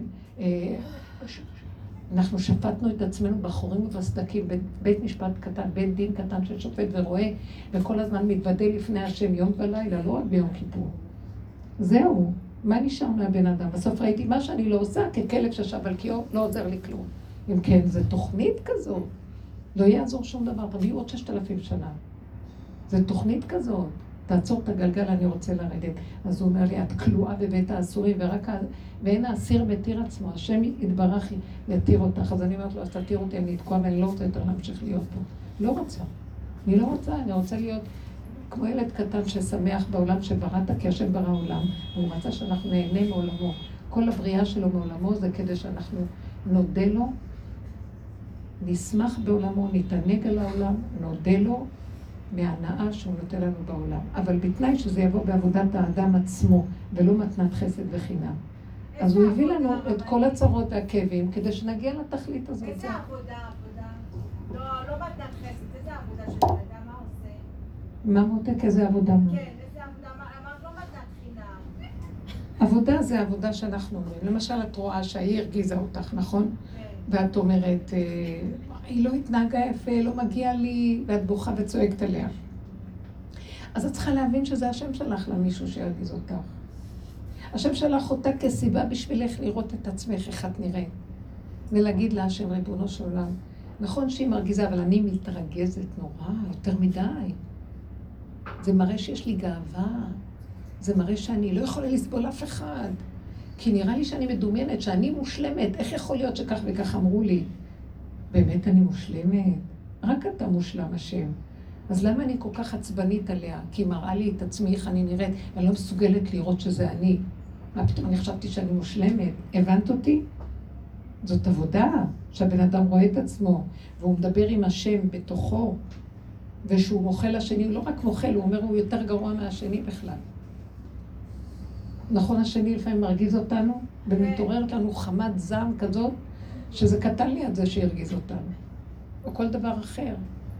אנחנו שפטנו את עצמנו בחורים ובסדקים, בית משפט קטן, בית דין קטן של שופט ורואה, וכל הזמן מתוודה לפני השם יום ולילה, לא רק ביום כיפור. זהו, מה נשאר מהבן אדם? בסוף ראיתי מה שאני לא עושה, ככלב ששב על קיאו, לא עוזר לי כלום. אם כן, זו תוכנית כזו, לא יעזור שום דבר, תביאו עוד ששת אלפים שנה. זו תוכנית כזאת. תעצור את הגלגל, אני רוצה לרדת. אז הוא אומר לי, את כלואה בבית האסורים, ורק ואין האסיר מתיר עצמו, השם יתברך יתיר אותך. אז אני אומרת לו, אז תתיר אותי, אני אתקוע, ואני לא רוצה יותר להמשיך להיות פה. לא רוצה. אני לא רוצה, אני רוצה להיות כמו ילד קטן ששמח בעולם שבראת, כי השם ברא עולם, והוא רצה שאנחנו נהנה מעולמו. כל הבריאה שלו מעולמו זה כדי שאנחנו נודה לו, נשמח בעולמו, נתענג על העולם, נודה לו, מההנאה שהוא נותן לנו בעולם. אבל בתנאי שזה יבוא בעבודת האדם עצמו, ולא מתנת חסד וחינם. אז הוא הביא לנו את כל הצרות והכאבים, כדי שנגיע לתכלית הזאת. איזה עבודה, עבודה? לא, לא מתנת חסד, איזה עבודה של האדם, מה עושה? מה מותק, איזה עבודה? כן, איזה עבודה, אמרת לא מתנת חינם. עבודה זה עבודה שאנחנו אומרים. למשל, את רואה שהיא הרגיזה אותך, נכון? כן. ואת אומרת, היא לא התנהגה יפה, לא מגיע לי, ואת בוכה וצועקת עליה. אז את צריכה להבין שזה השם שלך למישהו שירגיז אותך. השם שלך אותה כסיבה בשבילך לראות את עצמך, איך את נראית. ולהגיד לה, השם ריבונו של עולם, נכון שהיא מרגיזה, אבל אני מתרגזת נורא, יותר מדי. זה מראה שיש לי גאווה. זה מראה שאני לא יכולה לסבול אף אחד. כי נראה לי שאני מדומיינת, שאני מושלמת. איך יכול להיות שכך וכך אמרו לי? באמת אני מושלמת? רק אתה מושלם, השם. אז למה אני כל כך עצבנית עליה? כי היא מראה לי את עצמי, איך אני נראית, ואני לא מסוגלת לראות שזה אני. מה פתאום אני חשבתי שאני מושלמת? הבנת אותי? זאת עבודה, שהבן אדם רואה את עצמו, והוא מדבר עם השם בתוכו, ושהוא מוכל לשני, הוא לא רק מוכל, הוא אומר, הוא יותר גרוע מהשני בכלל. נכון, השני לפעמים מרגיז אותנו, ומתעוררת לנו חמת זעם כזאת, שזה קטן לי עד זה שירגיז אותנו, או כל דבר אחר.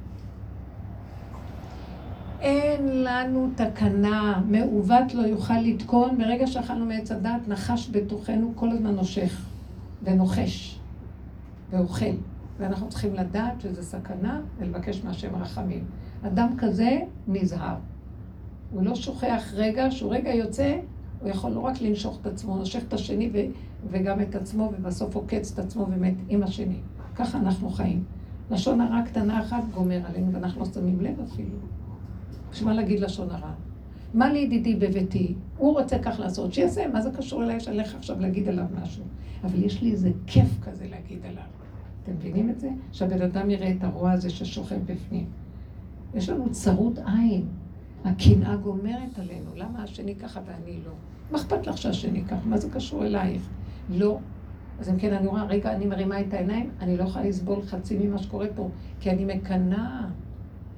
אין לנו תקנה, מעוות לא יוכל לתקון, ברגע שאכלנו מעץ הדעת, נחש בתוכנו כל הזמן נושך, ונוחש, ואוכל. ואנחנו צריכים לדעת שזה סכנה, ולבקש מהשם רחמים. אדם כזה נזהר. הוא לא שוכח רגע, שהוא רגע יוצא, הוא יכול לא רק לנשוך את עצמו, הוא נושך את השני ו- וגם את עצמו, ובסוף עוקץ את עצמו ומת עם השני. ככה אנחנו חיים. לשון הרע קטנה אחת גומר עלינו, ואנחנו לא שמים לב אפילו. שמה להגיד לשון הרע? מה לי ידידי בביתי? הוא רוצה כך לעשות, שיעשה, מה זה קשור אליי? יש עליך עכשיו להגיד עליו משהו. אבל יש לי איזה כיף כזה להגיד עליו. אתם מבינים את זה? שהבן אדם יראה את הרוע הזה ששוכב בפנים. יש לנו צרות עין. הקנאה גומרת עלינו. למה השני ככה ואני לא? מה אכפת לך שהשני ככה? מה זה קשור אלייך? לא. אז אם כן, אני רואה, רגע, אני מרימה את העיניים, אני לא יכולה לסבול חצי ממה שקורה פה, כי אני מקנאה.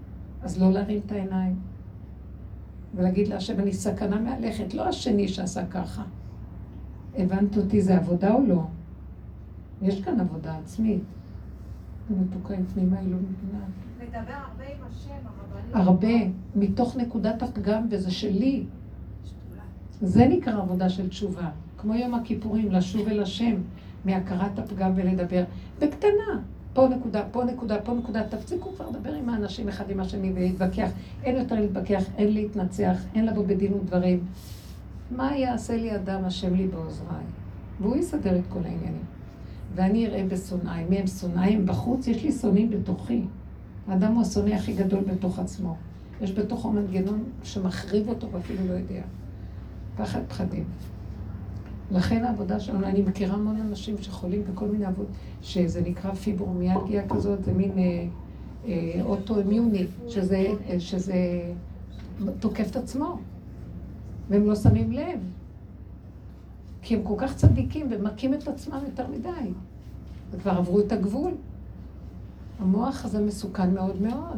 אז לא להרים את העיניים. ולהגיד להשם, אני סכנה מהלכת, לא השני שעשה ככה. הבנת אותי, זה עבודה או לא? יש כאן עבודה עצמית. ומתוקה עם פנימה, היא לא מבינה. לדבר הרבה עם השם, הרבנים. הרבה, מתוך נקודת הפגם, וזה שלי. זה נקרא עבודה של תשובה. כמו יום הכיפורים, לשוב אל השם, מהכרת הפגם ולדבר. בקטנה, פה נקודה, פה נקודה, פה נקודה. תפסיקו כבר לדבר עם האנשים אחד עם השני ולהתווכח. אין יותר להתווכח, אין להתנצח, אין לבוא בדין ודברים. מה יעשה לי אדם השם לי בעוזריי? והוא יסדר את כל העניינים. ואני אראה בשונאי. מי הם שונאי? הם בחוץ, יש לי שונאים בתוכי. האדם הוא השונא הכי גדול בתוך עצמו. יש בתוכו מנגנון שמחריב אותו ואפילו לא יודע. פחד פחדים. לכן העבודה שלנו, אני מכירה המון אנשים שחולים בכל מיני עבוד, שזה נקרא פיברומיאלגיה כזאת, זה מין אה, אה, אוטואימיוני, שזה, אה, שזה תוקף את עצמו, והם לא שמים לב, כי הם כל כך צדיקים ומכים את עצמם יותר מדי, וכבר עברו את הגבול. המוח הזה מסוכן מאוד מאוד.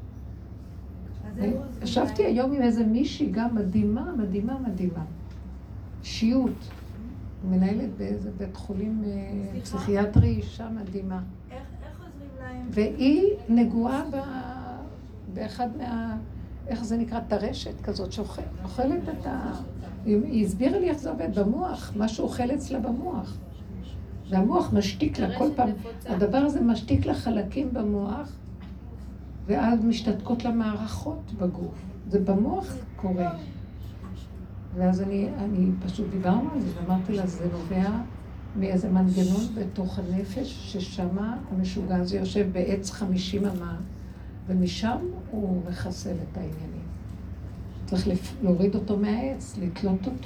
ישבתי היום עם איזה מישהי, גם מדהימה, מדהימה, מדהימה. שיעות. מנהלת באיזה בית חולים פסיכיאטרי, אישה מדהימה. איך עוזרים להם? והיא נגועה באחד מה... איך זה נקרא? טרשת כזאת שאוכלת את ה... היא הסבירה לי איך זה עובד במוח, משהו אוכל אצלה במוח. והמוח משתיק לה כל פעם. הדבר הזה משתיק לה חלקים במוח, ואז משתתקות לה מערכות בגוף. זה במוח קורה. ואז אני, אני פשוט דיברנו על זה, ואמרתי לה, זה נובע מאיזה מנגנון בתוך הנפש, ששמה המשוגע הזה יושב בעץ חמישים אמה, ומשם הוא מחסל את העניינים. צריך להוריד אותו מהעץ, לתלות אותו.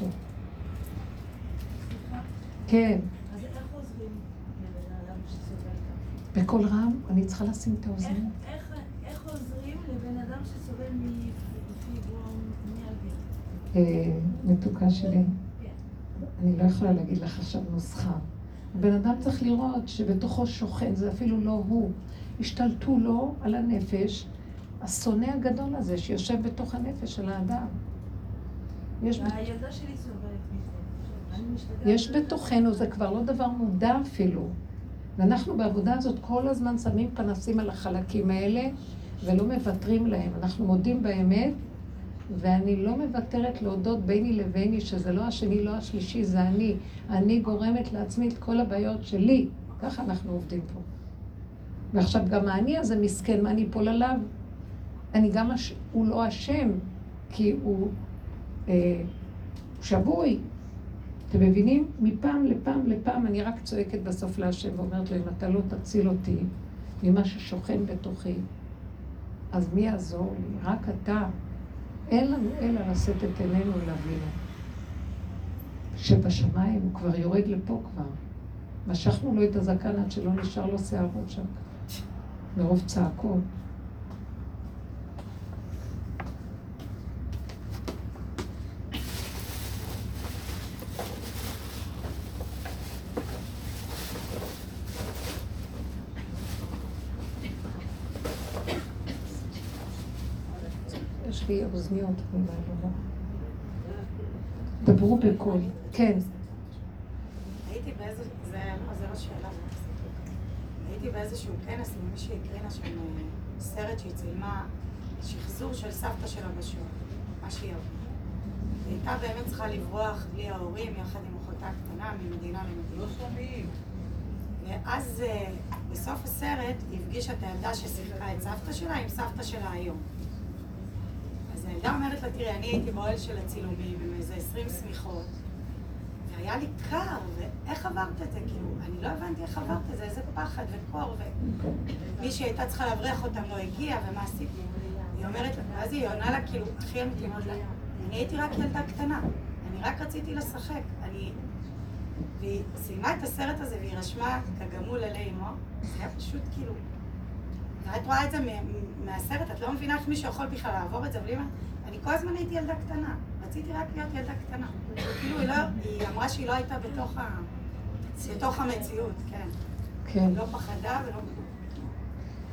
כן. אז איך עוזרים לבן אדם שסובל ככה? בכל רם, אני צריכה לשים את האוזנים. איך, איך עוזרים לבן אדם שסובל מפיברומיאלגיה? מתוקה שלי. אני לא יכולה להגיד לך עכשיו נוסחה. הבן אדם צריך לראות שבתוכו שוכן, זה אפילו לא הוא. השתלטו לו על הנפש, השונא הגדול הזה שיושב בתוך הנפש של האדם. יש, הילדה שלי סובלת מזה. יש בתוכנו, זה כבר לא דבר מודע אפילו. ואנחנו בעבודה הזאת כל הזמן שמים פנסים על החלקים האלה ולא מוותרים להם. אנחנו מודים באמת, ואני לא מוותרת להודות ביני לביני שזה לא השני, לא השלישי, זה אני. אני גורמת לעצמי את כל הבעיות שלי. ככה אנחנו עובדים פה. ועכשיו גם האני הזה מסכן, מה אני אפול עליו? אני גם, הש... הוא לא אשם, כי הוא אה, שבוי. אתם מבינים? מפעם לפעם לפעם אני רק צועקת בסוף להשם ואומרת לו, אם אתה לא תציל אותי ממה ששוכן בתוכי, אז מי יעזור לי? רק אתה. אין לנו אלא לשאת את עינינו להבינו. שבשמיים הוא כבר יורד לפה כבר. משכנו לו את הזקן עד שלא נשאר לו שערות שם. מרוב צעקות. יש לי אוזניות ממעלה. דברו בקול. כן. הייתי באיזה... זה לא שאלה. הייתי באיזשהו כנס עם מישהי הקרינה שם סרט שהיא צילמה שחזור של סבתא שלה בשיעור, מה שהיא אהבה. היא הייתה באמת צריכה לברוח בלי ההורים, יחד עם אחותה קטנה, ממדינה למדינה. לא שומעים. ואז בסוף הסרט היא הפגישה את הילדה ששיחקה את סבתא שלה עם סבתא שלה היום. אז הילדה אומרת לה, תראי, אני הייתי באוהל של הצילומים עם איזה עשרים סמיכות, והיה לי קר, ואיך עברת את זה? כאילו, אני לא הבנתי איך עברת את זה, איזה פחד וקור, ומי שהייתה צריכה להבריח אותם לא הגיע, ומה עשיתי? היא אומרת, ואז היא עונה לה, כאילו, הכי אמיתי, אמרת לה, אני הייתי רק ילדה קטנה, אני רק רציתי לשחק, אני... והיא סיימה את הסרט הזה, והיא רשמה כגמול אלי אמו, זה היה פשוט כאילו... ואת רואה את זה מהסרט, את לא מבינה איך מישהו יכול בכלל לעבור את זה, אבל אני כל הזמן הייתי ילדה קטנה, רציתי רק להיות ילדה קטנה. כאילו היא, לא, היא אמרה שהיא לא הייתה בתוך, ה, בתוך המציאות, כן. כן. לא פחדה ולא...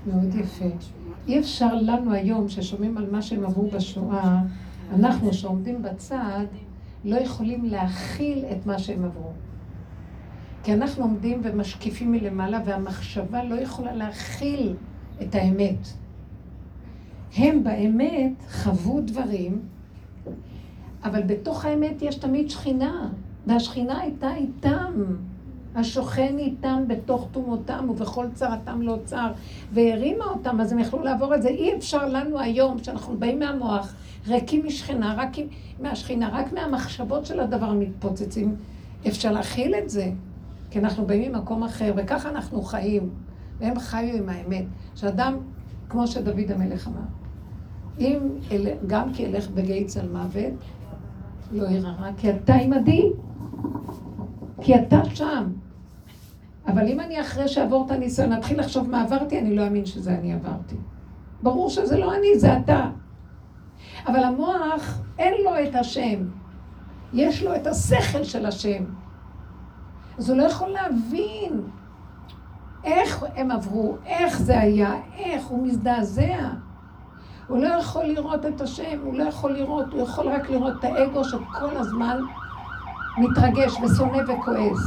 מאוד יפה. אי אפשר לנו היום, ששומעים על מה שהם עברו בשואה, אנחנו שעומדים בצד, לא יכולים להכיל את מה שהם עברו. כי אנחנו עומדים ומשקיפים מלמעלה, והמחשבה לא יכולה להכיל את האמת. הם באמת חוו דברים, אבל בתוך האמת יש תמיד שכינה, והשכינה הייתה איתם. השוכן איתם בתוך תומותם ובכל צרתם לא צר, והרימה אותם, אז הם יכלו לעבור את זה. אי אפשר לנו היום, שאנחנו באים מהמוח, ריקים משכינה, רק מהשכינה, רק מהמחשבות של הדבר המתפוצצים, אפשר להכיל את זה, כי אנחנו באים ממקום אחר, וככה אנחנו חיים, והם חיו עם האמת. שאדם, כמו שדוד המלך אמר, אם גם כי ילך בגיא צל מוות, לא ירא, כי אתה עמדי, כי אתה שם. אבל אם אני אחרי שעבור את הניסיון, נתחיל לחשוב מה עברתי, אני לא אאמין שזה אני עברתי. ברור שזה לא אני, זה אתה. אבל המוח, אין לו את השם. יש לו את השכל של השם. אז הוא לא יכול להבין איך הם עברו, איך זה היה, איך הוא מזדעזע. הוא לא יכול לראות את השם, הוא לא יכול לראות, הוא יכול רק לראות את האגו שכל הזמן מתרגש ושונא וכועס.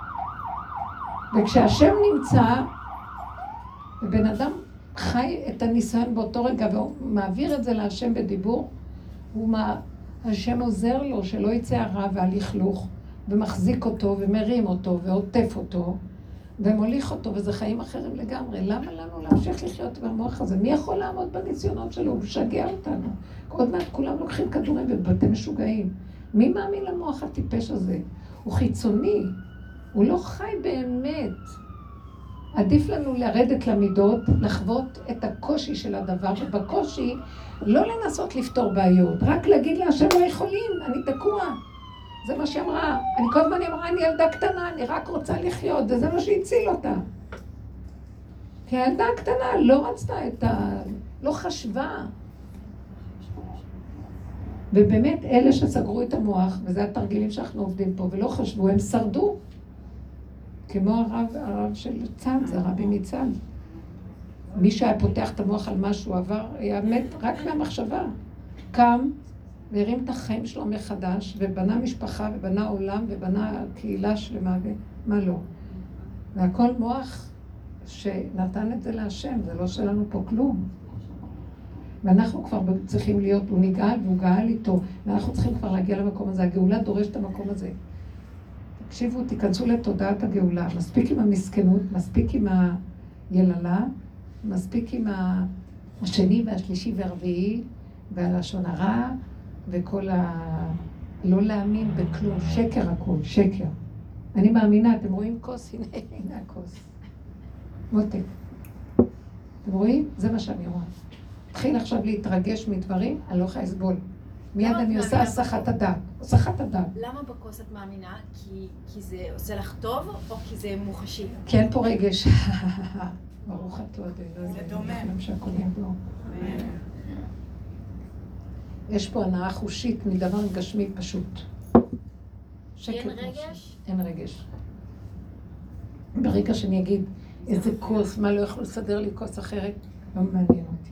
וכשהשם נמצא, ובן אדם חי את הניסיון באותו רגע והוא מעביר את זה להשם בדיבור, הוא מה, השם עוזר לו שלא יצא הרע והלכלוך, ומחזיק אותו ומרים אותו ועוטף אותו ומוליך אותו, וזה חיים אחרים לגמרי. למה לנו להמשיך לחיות במוח הזה? מי יכול לעמוד בניסיונות שלו? הוא משגע אותנו. עוד מעט כולם לוקחים כדורים ובתי משוגעים. מי מאמין למוח הטיפש הזה? הוא חיצוני, הוא לא חי באמת. עדיף לנו לרדת למידות, לחוות את הקושי של הדבר, ובקושי לא לנסות לפתור בעיות, רק להגיד לה שהם לא יכולים, אני תקוע. זה מה שהיא אמרה. אני כל הזמן אמרה, אני ילדה קטנה, אני רק רוצה לחיות, וזה מה שהציל אותה. כי הילדה הקטנה לא רצתה את ה... לא חשבה. ובאמת, אלה שסגרו את המוח, וזה התרגילים שאנחנו עובדים פה, ולא חשבו, הם שרדו. כמו הרב, הרב של צד, זה הרבי מצד. מי שהיה פותח את המוח על משהו עבר, היה מת רק מהמחשבה. קם והרים את החיים שלו מחדש, ובנה משפחה, ובנה עולם, ובנה קהילה שלמה, ומה לא. והכל מוח שנתן את זה להשם, זה לא שלנו פה כלום. ואנחנו כבר צריכים להיות, הוא נגאל והוא גאל איתו, ואנחנו צריכים כבר להגיע למקום הזה. הגאולה דורשת את המקום הזה. תקשיבו, תיכנסו לתודעת הגאולה. מספיק עם המסכנות, מספיק עם היללה, מספיק עם השני והשלישי והרביעי, והלשון הרע, וכל ה... לא להאמין בכלום. שקר הכל, שקר. אני מאמינה, אתם רואים כוס? הנה, הנה הכוס. מותק. אתם רואים? זה מה שאני רואה. התחיל עכשיו להתרגש מדברים, אני לא יכולה לסבול. מיד אני עושה הסחת הדעת. הסחת הדעת. למה בכוס את מאמינה? כי זה עושה לך טוב, או כי זה מוחשי? כי אין פה רגש. ברוך אתה, זה דומם. שהכל יבוא. יש פה הנאה חושית מדבר גשמי פשוט. אין רגש? אין רגש. ברגע שאני אגיד איזה כוס, מה לא יכול לסדר לי כוס אחרת, לא מעניין אותי.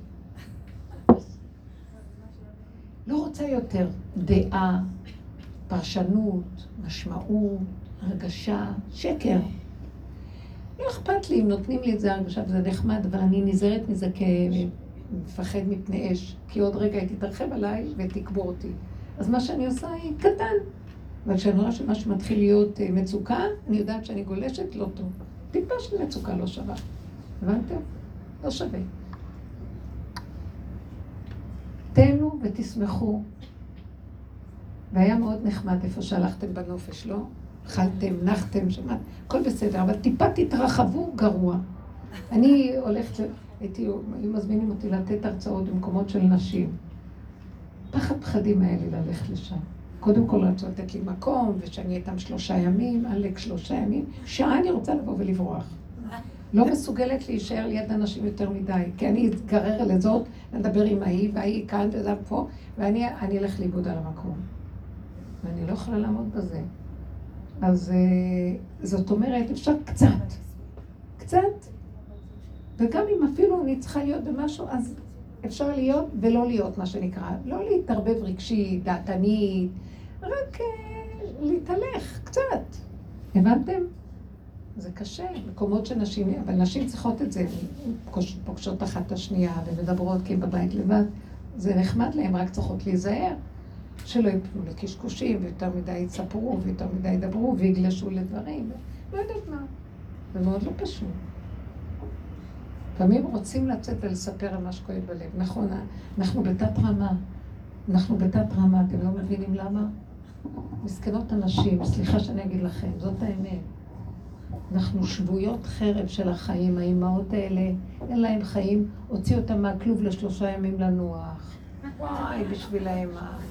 לא רוצה יותר דעה, פרשנות, משמעות, הרגשה, שקר. לא אכפת לי אם נותנים לי את זה הרגשה וזה נחמד, אבל אני נזהרת מזה כמפחד מפני אש, כי עוד רגע היא תתרחב עליי ותקבור אותי. אז מה שאני עושה היא קטן. אבל כשאני רואה שמשהו מתחיל להיות מצוקה, אני יודעת שאני גולשת לא טוב. טיפה של מצוקה לא שווה. הבנתם? לא שווה. תנו ותשמחו. והיה מאוד נחמד איפה שהלכתם בנופש, לא? אכלתם, נחתם, שמעת, הכל בסדר, אבל טיפה תתרחבו גרוע. אני הולכת, הייתי, היו מזמינים אותי לתת הרצאות במקומות של נשים. פחד פחדים היה לי ללכת לשם. קודם כל רצו לתת לי מקום, ושאני איתם שלושה ימים, עלק שלושה ימים, שעה אני רוצה לבוא ולברוח. לא מסוגלת להישאר ליד אנשים יותר מדי, כי אני אתגרר לזאת, נדבר עם ההיא, וההיא כאן וזה פה, ואני אני אלך לאיבוד על המקום. ואני לא יכולה לעמוד בזה. אז זאת אומרת, אפשר קצת, קצת, וגם אם אפילו אני צריכה להיות במשהו, אז אפשר להיות ולא להיות, מה שנקרא. לא להתערבב רגשית, דעתנית, רק להתהלך קצת. הבנתם? זה קשה, מקומות שנשים, אבל נשים צריכות את זה, פוגשות אחת השנייה ומדברות כי בבית לבד. זה נחמד להם, רק צריכות להיזהר. שלא יפנו לקשקושים, ויותר מדי יצפרו, ויותר מדי ידברו, ויגלשו לדברים. לא יודעת מה. זה מאוד לא פשוט. פעמים רוצים לצאת ולספר על מה שכואב בלב. נכון, אנחנו בתת רמה. אנחנו בתת רמה, אתם לא מבינים למה? מסכנות אנשים, סליחה שאני אגיד לכם, זאת האמת. אנחנו שבויות חרב של החיים, האימהות האלה, אין להם חיים, הוציא אותם מהכלוב לשלושה ימים לנוח. וואי, בשבילהם,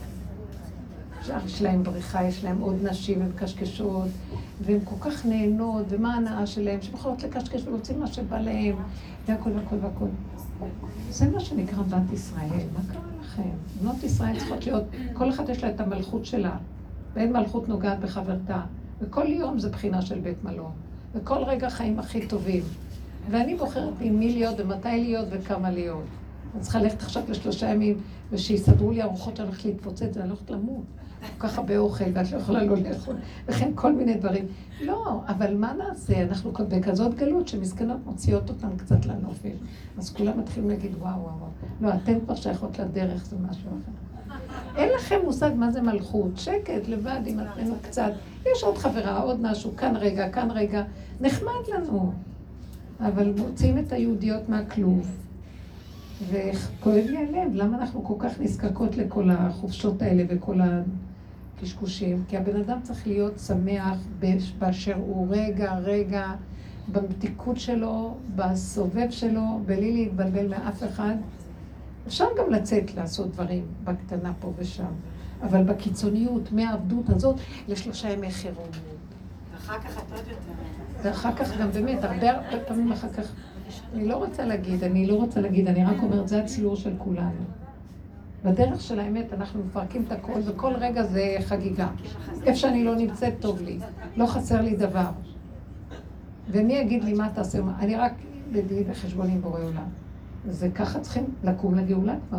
יש להם בריחה, יש להם עוד נשים, הן קשקשות, והן כל כך נהנות, ומה ההנאה שלהם, שבחרות לקשקש ולהוציא מה שבא להם, והכל והכל והכל. זה מה שנקרא בת ישראל, מה קרה לכם? בנות ישראל צריכות להיות, כל אחד יש לה את המלכות שלה, ואין מלכות נוגעת בחברתה, וכל יום זה בחינה של בית מלון, וכל רגע חיים הכי טובים. ואני בוחרת עם מי להיות ומתי להיות וכמה להיות. אני צריכה ללכת עכשיו לשלושה ימים, ושיסדרו לי ארוחות שאני הולכת להתפוצץ ואני הולכת למות. ככה באוכל, ואת לא יכולה לא לאכול, וכן כל מיני דברים. לא, אבל מה נעשה? אנחנו בכזאת גלות שמסכנות מוציאות אותן קצת לנופש. אז כולם מתחילים להגיד, וואו, וואו, וואו. לא, אתן כבר שייכות לדרך, זה משהו אחר. אין לכם מושג מה זה מלכות. שקט, לבד, עם עצמנו קצת. יש עוד חברה, עוד משהו, כאן רגע, כאן רגע. נחמד לנו. אבל מוצאים את היהודיות מהכלוב. וכואב לי הלב, למה אנחנו כל כך נזקקות לכל החופשות האלה וכל הקשקושים? כי הבן אדם צריך להיות שמח באשר הוא רגע, רגע, במתיקות שלו, בסובב שלו, בלי להתבלבל מאף אחד. אפשר גם לצאת לעשות דברים בקטנה פה ושם, אבל בקיצוניות, מהעבדות הזאת, לשלושה ימי חירום. ואחר כך את עוד יותר. ואחר כך גם באמת, הרבה הרבה פעמים אחר כך, אני לא רוצה להגיד, אני לא רוצה להגיד, אני רק אומרת, זה הציור של כולנו. בדרך של האמת אנחנו מפרקים את הכל, וכל רגע זה חגיגה. איפה שאני לא נמצאת טוב לי, לא חסר לי דבר. ומי יגיד לי מה תעשה? אני רק בדין וחשבון עם בורא עולם. זה ככה צריכים לקום לגאולה כבר.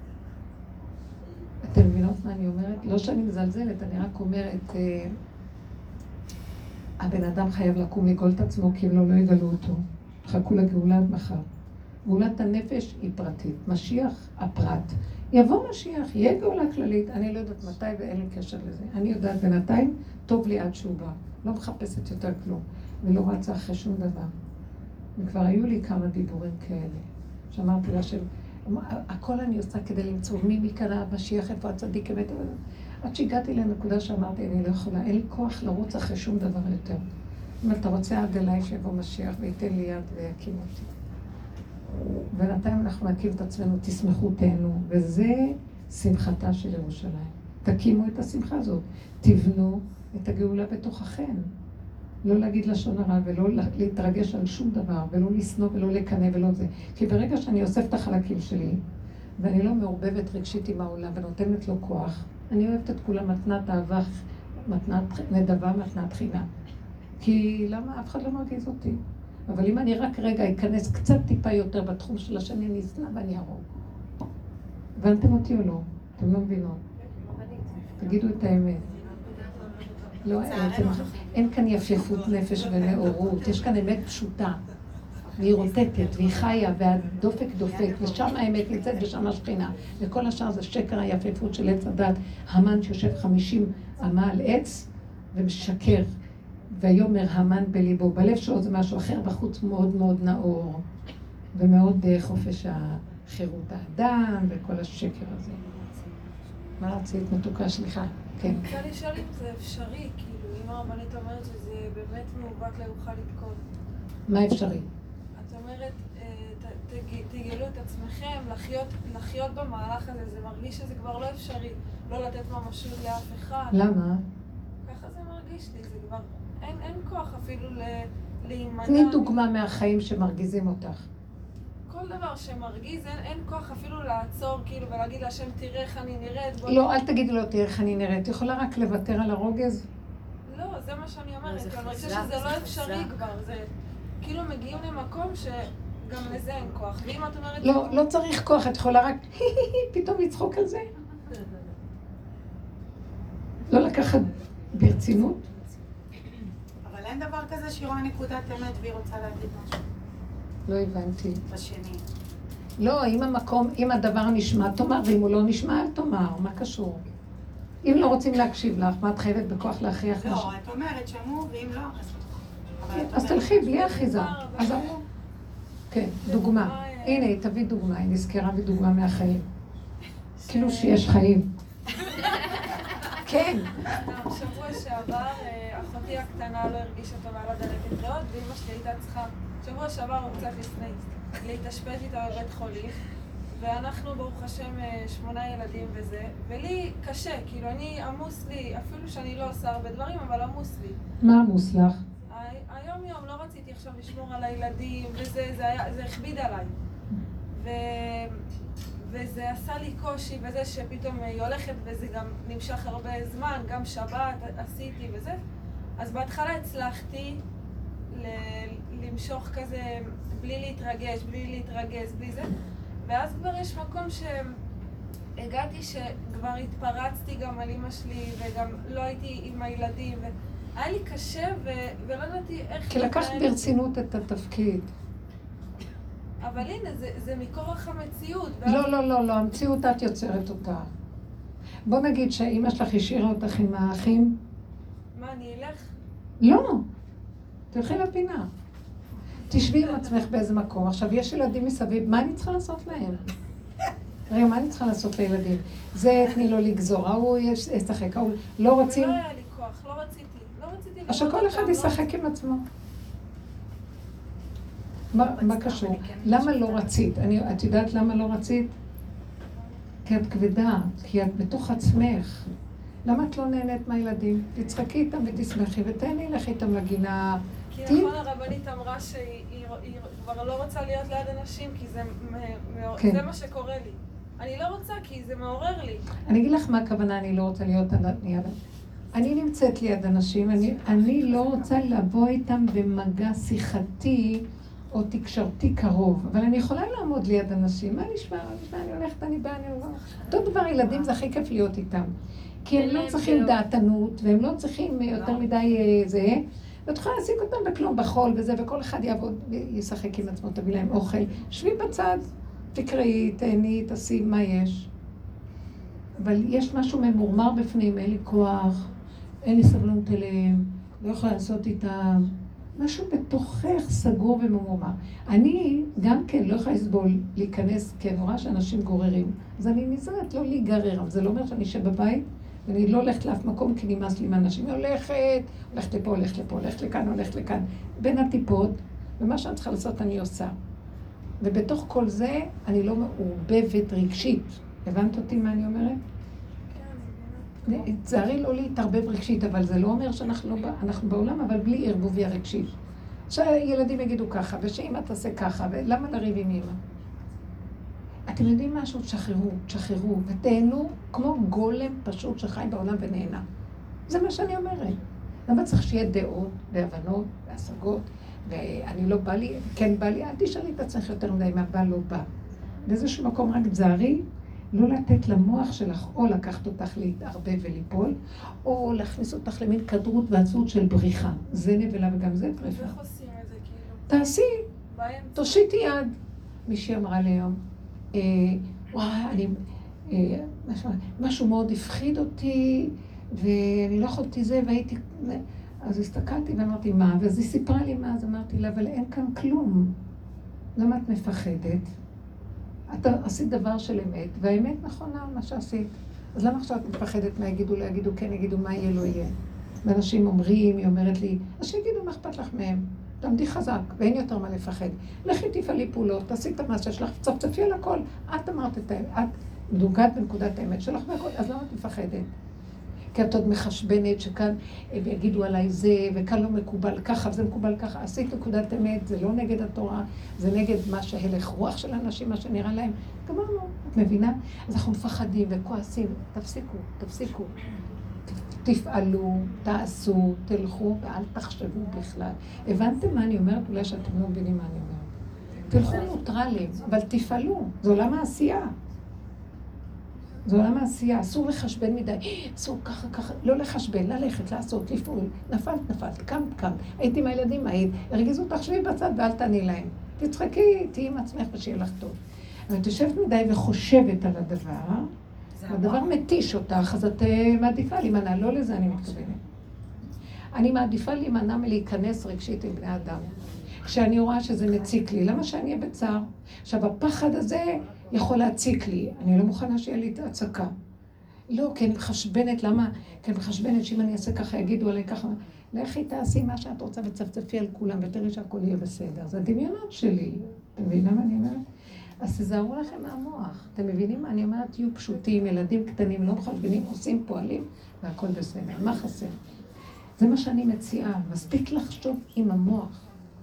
אתם מבינות מה אני אומרת? לא שאני מזלזלת, אני רק אומרת, אה, הבן אדם חייב לקום לגאול את עצמו, כי אם לא, לא יגלו אותו. חכו לגאולה עד מחר. גאולת הנפש היא פרטית, משיח הפרט. יבוא משיח, יהיה גאולה כללית, אני לא יודעת מתי ואין לי קשר לזה. אני יודעת בינתיים, טוב לי עד שהוא בא. לא מחפשת יותר כלום, ולא רצה אחרי שום דבר. וכבר היו לי כמה דיבורים כאלה, שאמרתי לה שהכל אני עושה כדי למצוא מי מכאן המשיח, איפה הצדיק אמת. עד שהגעתי לנקודה שאמרתי, אני לא יכולה, אין לי כוח לרוץ אחרי שום דבר יותר. אם אתה רוצה עד אליי שיבוא משיח וייתן לי יד ויקים אותי. בינתיים אנחנו נקים את עצמנו, תשמחו, תהנו, וזה שמחתה של ירושלים. תקימו את השמחה הזאת, תבנו את הגאולה בתוככם. לא להגיד לשון הרע ולא להתרגש על שום דבר, ולא לסנוע ולא לקנא ולא זה. כי ברגע שאני אוסף את החלקים שלי, ואני לא מעורבבת רגשית עם העולם ונותנת לו כוח, אני אוהבת את כולם מתנת אהבה, מתנת נדבה, מתנת חינם. כי למה? אף אחד לא מרגיז אותי. אבל אם אני רק רגע אכנס קצת טיפה יותר בתחום של השני, אני אסנע ואני ארוג. הבנתם אותי או לא? אתם לא מבינות. תגידו את האמת. לא, אין כאן יפייפות נפש ונאורות, יש כאן אמת פשוטה. והיא רוטטת, והיא חיה, והדופק דופק, ושם האמת נמצאת ושם השכינה. וכל השאר זה שקר היפייפות של עץ הדת. המן שיושב חמישים אמה על עץ ומשקר. ויאמר המן בליבו, בלב שלו זה משהו אחר, בחוץ מאוד מאוד נאור, ומאוד חופש החירות האדם וכל השקר הזה. מה רצית מתוקה? סליחה. כן. אני רוצה לשאול אם זה אפשרי, כאילו, אם הרבנית אומרת שזה באמת מעוות ליוכל לתקון. מה אפשרי? את אומרת, תגלו את עצמכם, לחיות במהלך הזה, זה מרגיש שזה כבר לא אפשרי, לא לתת ממשות לאף אחד. למה? ככה זה מרגיש לי, זה כבר, אין, אין כוח אפילו להימנע. תני דוגמה מהחיים שמרגיזים אותך. כל דבר שמרגיז, אין, אין כוח אפילו לעצור, כאילו, ולהגיד להשם, תראה איך אני נראית. לא, אל תגידי לו, תראה איך אני נראית. יכולה רק לוותר על הרוגז? לא, זה מה שאני אומרת. אני מרגישה שזה לא אפשרי כבר. זה כאילו מגיעים למקום גם לזה אין כוח. ואם את אומרת... לא, לא צריך כוח, את יכולה רק פתאום לצחוק על זה. לא לקחת ברצינות. אבל אין דבר כזה שהיא רואה נקודת אמת והיא רוצה להגיד משהו. לא הבנתי. בשני. לא, אם המקום, אם הדבר נשמע, תאמר, ואם הוא לא נשמע, אל תאמר, מה קשור? אם לא רוצים להקשיב לך, מה את חייבת בכוח להכריח משהו? לא, את אומרת שמעו, ואם לא, אז... אז תלכי בלי אחיזה. אז אמרו. כן, דוגמה. הנה, תביא דוגמה, היא נזכרה בדוגמה מהחיים. כאילו שיש חיים. כן. שבוע שעבר, אחותי הקטנה לא הרגישה טובה על הדלקת ריאות, ואמא שלי הייתה צריכה, שבוע שעבר או קצת לפני, להתאשפז איתה בבית חולים, ואנחנו ברוך השם שמונה ילדים וזה, ולי קשה, כאילו אני עמוס לי, אפילו שאני לא עושה הרבה דברים, אבל עמוס לי. מה עמוס לך? היום יום לא רציתי עכשיו לשמור על הילדים, וזה זה היה, זה הכביד עליי. ו... וזה עשה לי קושי, וזה שפתאום היא הולכת, וזה גם נמשך הרבה זמן, גם שבת עשיתי וזה. אז בהתחלה הצלחתי ל... למשוך כזה בלי להתרגש, בלי להתרגז, בלי זה. ואז כבר יש מקום שהגעתי שכבר התפרצתי גם על אמא שלי, וגם לא הייתי עם הילדים. ו... היה לי קשה ו... ולא ידעתי איך... כי לקחת ברצינות את התפקיד. אבל הנה, זה, זה מכורח המציאות. לא, לא, לא, לא, המציאות את יוצרת אותה. בוא נגיד שהאמא שלך השאירה אותך עם האחים. מה, אני אלך? לא, תלכי לפינה. תשבי עם עצמך באיזה מקום. עכשיו, יש ילדים מסביב, מה אני צריכה לעשות להם? רגע, מה אני צריכה לעשות לילדים? זה תני לו לגזור, ההוא ישחק, ההוא לא רוצים... ולא היה לי כוח, לא רציתי, לא רציתי... אז שכל אחד ישחק עם עצמו. מה קשור? למה לא רצית? את יודעת למה לא רצית? כי את כבדה, כי את בתוך עצמך. למה את לא נהנית מהילדים? תצחקי איתם ותשמחי ותהני לך איתם לגינה. כי נכון הרבנית אמרה שהיא כבר לא רוצה להיות ליד אנשים, כי זה מה שקורה לי. אני לא רוצה כי זה מעורר לי. אני אגיד לך מה הכוונה, אני לא רוצה להיות ליד אנשים. אני נמצאת ליד אנשים, אני לא רוצה לבוא איתם במגע שיחתי, או תקשרתי קרוב, אבל אני יכולה לעמוד ליד אנשים, מה נשמע, אני הולכת, אני באה, אני הולכת. אותו דבר, ילדים זה הכי כיף להיות איתם. כי הם לא צריכים דעתנות, והם לא צריכים יותר מדי זה, ואת יכולה להשיג אותם בכלום, בחול וזה, וכל אחד יעבוד, ישחק עם עצמו, תביא להם אוכל. שבי בצד, תקראי, תהני, תעשי מה יש. אבל יש משהו ממורמר בפנים, אין לי כוח, אין לי סבלנות אליהם, לא יכולה לעשות איתם. משהו בתוכך סגור וממורמר. אני גם כן לא יכולה לסבול להיכנס, כי אני רואה שאנשים גוררים. אז אני נזרת לא להיגרר, אבל זה לא אומר שאני אשב בבית, ואני לא הולכת לאף מקום, כי נמאס לי מהאנשים. היא הולכת, הולכת לפה, הולכת לפה, הולכת לכאן, הולכת לכאן. בין הטיפות, ומה שאני צריכה לעשות אני עושה. ובתוך כל זה אני לא מעורבבת רגשית. הבנת אותי מה אני אומרת? תזהרי לא להתערבב רגשית, אבל זה לא אומר שאנחנו לא, אנחנו בעולם, אבל בלי ערבוביה רגשית. שהילדים יגידו ככה, ושאמא תעשה ככה, ולמה לריב עם אמא? אתם יודעים משהו? תשחררו, תשחררו, ותהנו כמו גולם פשוט שחי בעולם ונהנה. זה מה שאני אומרת. למה צריך שיהיה דעות, והבנות, והשגות, ואני לא בא לי, כן בא לי, אל תשאלי את עצמך יותר מדי מה בא, לא בא. באיזשהו מקום רק תזהרי, לא לתת למוח שלך או לקחת אותך להתערבב וליפול, או להכניס אותך למין כדרות ועצות של בריחה. זה נבלה וגם זה טרפה. איך עושים את זה כאילו? תעשי, תושיטי יד. מישהי אמרה לי היום, אה, וואי, אני, אה, משהו, משהו מאוד הפחיד אותי, ואני לא יכולתי זה, והייתי... אז הסתכלתי ואמרתי, מה? ואז היא סיפרה לי מה, אז אמרתי לה, אבל אין כאן כלום. למה את מפחדת? אתה עשית דבר של אמת, והאמת נכונה מה שעשית. אז למה עכשיו את מפחדת מה יגידו, לא יגידו, כן יגידו, מה יהיה, לא יהיה. ואנשים אומרים, היא אומרת לי, אז שיגידו, מה אכפת לך מהם? תעמדי חזק, ואין יותר מה לפחד. לכי תפעלי פעולות, תעשי את המעשה שלך, צפצפי על הכל. את אמרת את האמת, את דוגעת בנקודת האמת שלך והכל, אז למה את מפחדת? כי את עוד מחשבנת שכאן הם יגידו עליי זה, וכאן לא מקובל ככה, וזה מקובל ככה. עשית נקודת אמת, זה לא נגד התורה, זה נגד מה שהלך רוח של אנשים, מה שנראה להם. גמרנו, את מבינה? אז אנחנו מפחדים וכועסים. תפסיקו, תפסיקו. תפעלו, תעשו, תלכו, ואל תחשבו בכלל. הבנתם מה אני אומרת? אולי שאתם לא מבינים מה אני אומרת. תלכו נוטרלים, אבל תפעלו, זה עולם העשייה. זה עולם העשייה, אסור לחשבן מדי, אסור ככה ככה, לא לחשבן, ללכת, לעשות, לפעול, נפלת, נפלת, קמת, קמת, הייתי עם הילדים, היית, הרגיזו אותך, שבי בצד ואל תעני להם. תצחקי, תהיי עם עצמך ושיהיה לך טוב. אבל תשבת מדי וחושבת על הדבר, הדבר מתיש אותך, אז את מעדיפה להימנע, לא לזה אני מתכוונת. אני מעדיפה להימנע מלהיכנס רגשית עם בני אדם. כשאני רואה שזה מציק לי, למה שאני אהיה בצער? עכשיו, הפחד הזה יכול להציק לי, אני לא מוכנה שיהיה לי את ההצקה. לא, כי אני מחשבנת, למה? כי אני מחשבנת שאם אני אעשה ככה, יגידו עליי ככה, לכי תעשי מה שאת רוצה וצפצפי על כולם, ותראי שהכל יהיה בסדר. זה הדמיונות שלי. אתם מבינים מה אני אומרת? אז תזהרו לכם מהמוח. אתם מבינים מה אני אומרת? תהיו פשוטים, ילדים קטנים, לא מחשבנים, עושים, פועלים, והכל בסדר. מה חסר? זה מה שאני מציעה. מספיק לחשוב עם המוח.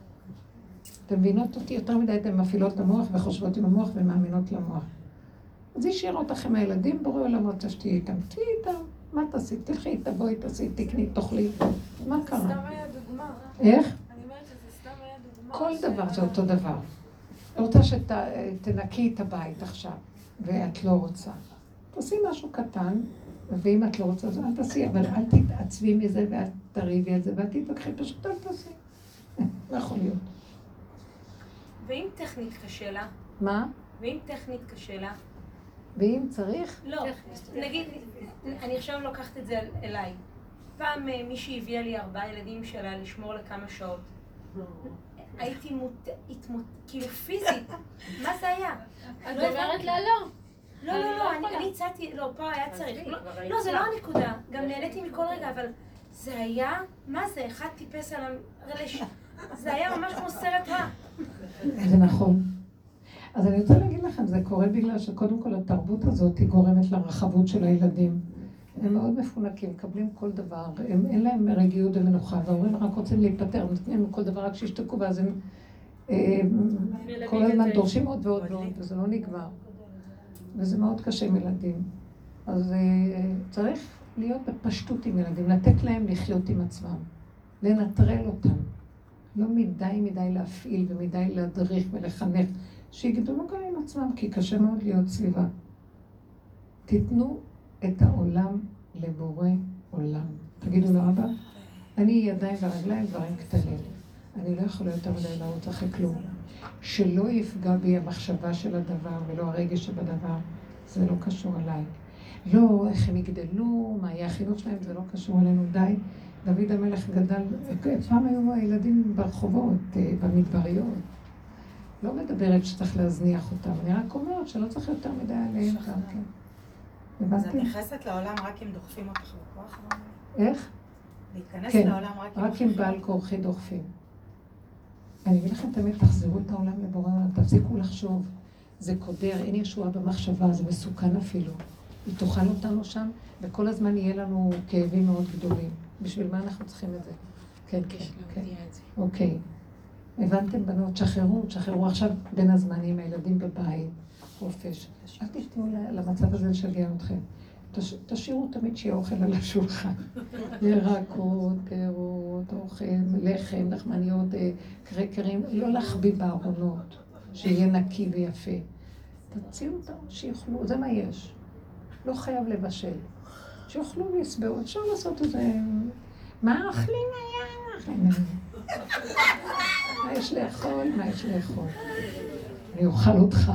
אתם מבינות אותי יותר מדי, אתן מפעילות את המוח וחושבות עם המוח ומאמינות למוח. אז ישאיר אותכם הילדים, בורא עולמות שתהיי איתם. תהיי איתם. מה תעשי? תלכי, תבואי, תעשי, תקני, תאכלי. מה קרה? סתם היה דוגמה. איך? אני אומרת שזה סתם היה דוגמה. כל דבר זה אותו דבר. אני רוצה שתנקי את הבית עכשיו, ואת לא רוצה. תעשי משהו קטן, ואם את לא רוצה, אז אל תעשי, אבל אל תתעצבי מזה ואל תריבי את זה, ואל תתווכחי, פשוט אל תעשי. לא יכול להיות. ואם טכנית קשה לה? מה? ואם טכנית קשה לה? ואם צריך? לא, נגיד, אני עכשיו לוקחת את זה אליי. פעם מישהי הביאה לי ארבעה ילדים שלה לשמור לכמה שעות. הייתי מות... התמות... כאילו פיזית. מה זה היה? את אומרת לה לא. לא, לא, לא, אני, אני הצעתי, לא, פה היה צריך. לא, לא, זה לא הנקודה. גם נהניתי מכל רגע, אבל זה היה, מה זה? אחד טיפס על הרלש. זה היה ממש כמו סרט רע. זה נכון. אז אני רוצה להגיד לכם, זה קורה בגלל שקודם כל התרבות הזאת היא גורמת לרחבות של הילדים. הם מאוד מפונקים, מקבלים כל דבר, הם, אין להם רגיעות ומנוחה, וההורים רק רוצים להיפטר, נותנים כל דבר רק שישתקו, ואז הם אה, כל הזמן דורשים עוד ועוד ועוד, וזה לא נגמר. וזה מאוד קשה עם ילדים. אז אה, צריך להיות בפשטות עם ילדים, לתת להם לחיות עם עצמם, לנטרל אותם. לא מדי מדי להפעיל ומדי להדריך ולחנך, שיגדלו גם עם עצמם, כי קשה מאוד להיות סביבה. תיתנו את העולם לבורא עולם. תגידו לו, אבא, אני ידיים ורגליים דברים קטנים. אני לא יכולה יותר מדי לרוץ אחרי כלום. שלא יפגע בי המחשבה של הדבר ולא הרגש שבדבר. זה לא קשור אליי. לא, איך הם יגדלו, מה יהיה החינוך שלהם, זה לא קשור אלינו. די, דוד המלך גדל, פעם היו הילדים ברחובות, במדבריות. לא מדברת שצריך להזניח אותם, אני רק אומרת שלא צריך יותר מדי עליהם גם כן. אז את נכנסת לעולם רק אם דוחפים אותך בכוח? איך? להיכנס כן, לעולם רק אם... רק אם בעל כורחי דוחפים. אני אגיד לכם תמיד, תחזרו את העולם לבורא עולם, תפסיקו לחשוב. זה קודר, אין ישועה במחשבה, זה מסוכן אפילו. היא תאכל אותנו שם, וכל הזמן יהיה לנו כאבים מאוד גדולים. בשביל מה אנחנו צריכים את זה? כן, כן, כן. אוקיי. הבנתם בנות, שחררו, שחררו עכשיו בין הזמנים, הילדים בבית, חופש. אל תשתנו למצב הזה לשגע אתכם. תשאירו תמיד שיהיה אוכל על השולחן. ירקות, פירות, אוכל, לחם, לחמניות, קרקרים, לא להחביא בארונות, שיהיה נקי ויפה. תציעו אותם, שיאכלו, זה מה יש. לא חייב לבשל. שיאכלו ויסבעו, אפשר לעשות את זה. מה אוכלים היה? מה יש לאכול? מה יש לאכול? אני אוכל אותך.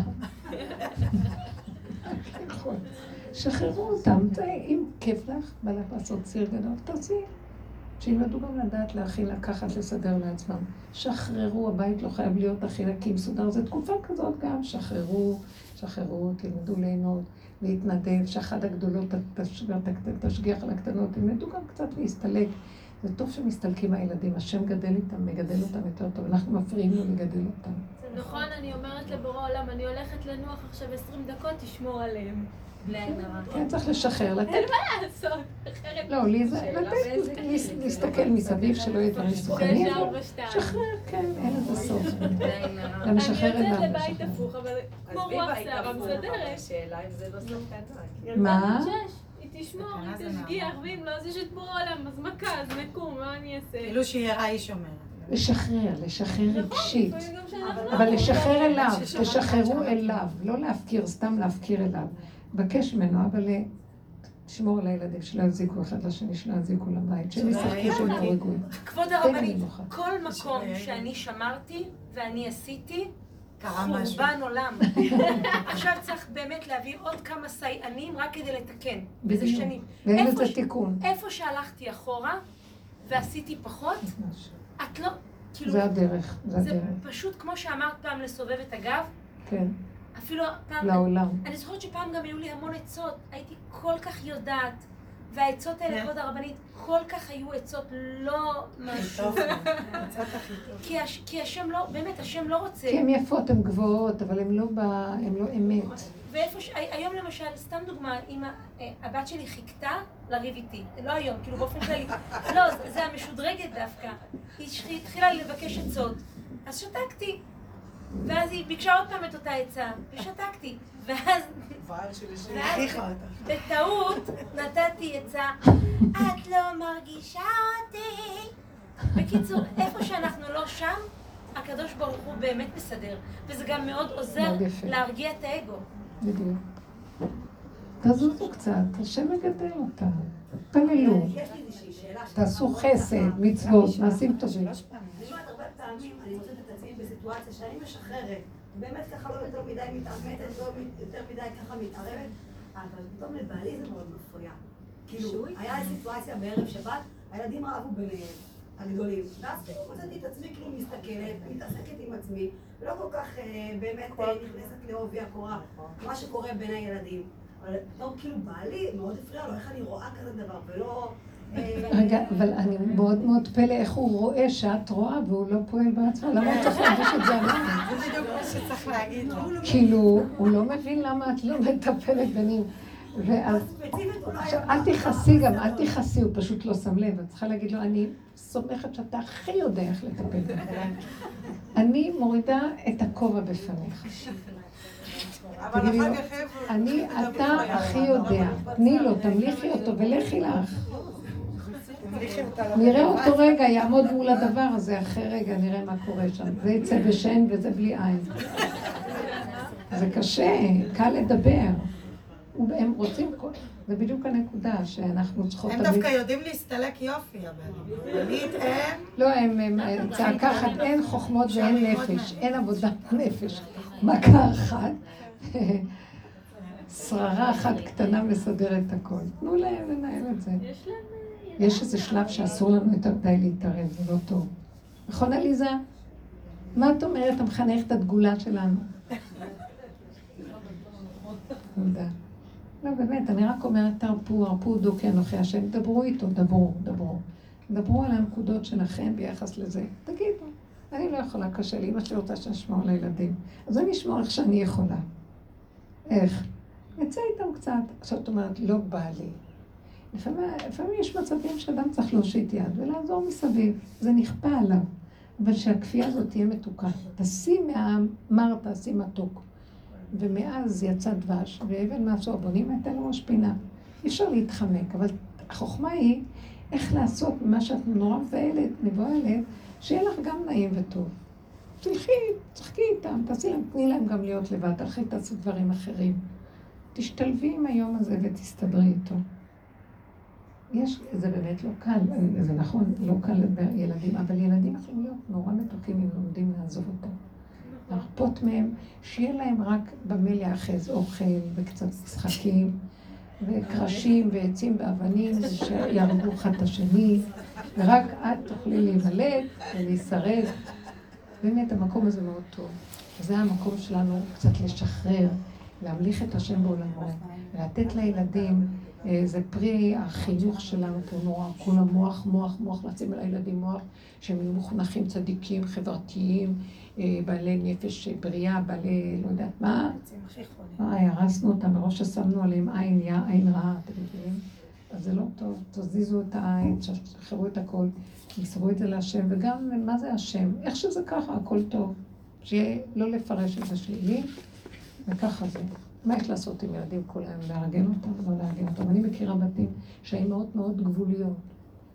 שחררו אותם, אם כיף לך, בא לך לעשות סיר גדול, תעשי. שילמדו גם לדעת להכין, לקחת, לסדר לעצמם. שחררו, הבית לא חייב להיות אכילה כי מסודר, זו תקופה כזאת גם, שחררו, שחררו, תלמדו ליהנות, להתנדב, שאחד הגדולות תשגיח על הקטנות, תלמדו גם קצת להסתלק. זה טוב שמסתלקים הילדים, השם גדל איתם, מגדל אותם יותר טוב, אנחנו מפריעים לו לגדל אותם. נכון, אני אומרת לבורא עולם, אני הולכת לנוח עכשיו עשרים דקות, תשמור עליהם. בלי עין הרע. כן, צריך לשחרר, לתת... אין מה לעשות, אחרת... לא, לי זה לתת, להסתכל מסביב שלא יהיה דברים מסוכנים. שחרר, כן, אין לזה סוף. גם לשחרר אני את יוצאת זה. לבית הפוך, אבל כמו רוח שערה מסדרת. השאלה אם זה לא סוכן. מה? שש, היא תשמור, היא תשגיח, ואם לא, אז יש את בורא עולם, אז מכה, אז נקום, מה אני אעשה? כאילו שהיא ירה היא שומרת. לשחרר, לשחרר רגשית. לפעמים גם שאנחנו- אבל לשחרר אליו, תשחררו אליו, לא להפקיר, סתם להפקיר אליו. בקש ממנו, אבל תשמור על הילדים, שלא יזיקו אחד לשני, שלא יזיקו לבית, שהם ישחקו שהם יורגו. כבוד הרבנית, כל מקום שאני שמרתי ואני עשיתי, חורבן עולם. עכשיו צריך באמת להביא עוד כמה סייענים רק כדי לתקן. וזה שנים. ואין לזה תיקון. איפה שהלכתי אחורה ועשיתי פחות, את לא... כאילו, זה הדרך, זה זה הדרך. פשוט כמו שאמרת פעם לסובב את הגב, כן, אפילו פעם... לעולם. אני זוכרת שפעם גם היו לי המון עצות, הייתי כל כך יודעת, והעצות האלה, כבוד הרבנית, כל כך היו עצות לא משהו. כי הש- כי השם לא, באמת, השם לא רוצה. כי הן יפות, הן גבוהות, אבל הן לא ב- הן לא אמת. ואיפה ש... היום למשל, סתם דוגמה, אמא, אה, הבת שלי חיכתה לריב איתי. לא היום, כאילו באופן כללי. לא, זה- זה המשודרגת דווקא. היא ש- התחילה לבקש עצות. אז שתקתי. ואז היא ביקשה עוד פעם את אותה עצה, ושתקתי. ואז... ואז בטעות נתתי עצה, את לא מרגישה אותי. בקיצור, איפה שאנחנו לא שם, הקדוש ברוך הוא באמת מסדר. וזה גם מאוד עוזר מאוד יפה. להרגיע את האגו. בדיוק. תזוזו קצת, השם מגדל אותה. תפללו, יש לי איזושהי שאלה. תעשו חסד, מצוות, מעשים טובים. אני אומרת, הרבה פעמים אני מוצאת את עצמי בסיטואציה שאני משחררת, באמת ככה לא יותר מדי מתעמתת, לא יותר מדי ככה מתערבת, אבל פתאום לבעלי זה מאוד מפריע. כאילו, היה סיטואציה בערב שבת, הילדים רבו ביניהם, הגדולים, ואז מצאתי את עצמי כאילו מסתכלת, מתעסקת עם עצמי, ולא כל כך באמת נכנסת לעובי הקורה, מה שקורה בין הילדים. אבל פתאום כאילו בעלי מאוד הפריע לו, איך אני רואה כזה דבר, ולא... רגע, אבל אני מאוד מאוד פלא איך הוא רואה שאת רואה והוא לא פועל בעצמו. למה הוא צריך להרגיש את זה עליו? זה בדיוק מה שצריך להגיד לו. כאילו, הוא לא מבין למה את לא מטפלת בנים. ואז, עכשיו, אל תכעסי גם, אל תכעסי, הוא פשוט לא שם לב. את צריכה להגיד לו, אני סומכת שאתה הכי יודע איך לטפל בהם. אני מורידה את הכובע בפניך. תגידי לו, אני, אתה הכי יודע. תני לו, תמליכי אותו ולכי לך. נראה אותו רגע, יעמוד מול הדבר הזה, אחרי רגע נראה מה קורה שם. זה יצא בשן וזה בלי עין. זה קשה, קל לדבר. הם רוצים, זה בדיוק הנקודה שאנחנו צריכות... הם דווקא יודעים להסתלק יופי, אבל... עמית, הם... לא, הם צעקה אחת, אין חוכמות ואין נפש, אין עבודת נפש. מכה אחת, שררה אחת קטנה מסדרת הכל. תנו להם לנהל את זה. יש להם... יש איזה שלב שאסור לנו יותר די להתערב, זה לא טוב. נכון, עליזה? מה את אומרת? אתה מחנך את הדגולה שלנו. תודה. לא, באמת, אני רק אומרת, תרפו, הרפו דוקי אנוכי השם, דברו איתו, דברו, דברו. דברו על הנקודות שלכם ביחס לזה. תגידו, אני לא יכולה, קשה לי, אמא שלי רוצה שנשמור לילדים. אז אני אשמור איך שאני יכולה. איך? יצא איתם קצת. עכשיו את אומרת, לא בא לי. לפעמים, לפעמים יש מצבים שאדם צריך להושיט יד ולעזור מסביב. זה נכפה עליו. אבל שהכפייה הזאת תהיה מתוקה. תעשי מהמר, תעשי מתוק. ומאז יצא דבש, ואבן מעשור בונים את אלו משפינה. אי אפשר להתחמק, אבל החוכמה היא איך לעשות ממה שאת נורא מבועלת, מבועלת, שיהיה לך גם נעים וטוב. תלכי, תשחקי איתם, תעשי להם, תני להם גם להיות לבד, תלכי, תעשי דברים אחרים. תשתלבי עם היום הזה ותסתדרי איתו. יש, זה באמת לא קל, זה נכון, לא קל לילדים, אבל ילדים יכולים להיות נורא מתוקים אם לומדים לעזוב אותם. להרפות מהם, שיהיה להם רק במה להאחז אוכל וקצת משחקים וקרשים ועצים ואבנים שירגו אחד את השני, ורק את תוכלי להיוולד ולהישרד. באמת המקום הזה מאוד טוב. זה המקום שלנו קצת לשחרר, להמליך את השם בעולמו, ולתת לילדים, זה פרי החינוך שלנו פה נורא, כולם מוח, מוח, מוח, לשים על הילדים מוח, שהם יהיו מוכנחים צדיקים, חברתיים, בעלי נפש בריאה, בעלי לא יודעת מה. אה, הרסנו אותם, מראש ששמנו עליהם עין, יא, עין רעה, אתם מבינים? אז זה לא טוב, תזיזו את העין, תשחררו את הכל, תמסרו את זה להשם, וגם מה זה השם? איך שזה ככה, הכל טוב. שיהיה לא לפרש את זה שלי, וככה זה. מה יש לעשות עם ילדים כל היום? לארגן אותם, לא לארגן אותם. אני מכירה בתים שהאימהות מאוד גבוליות.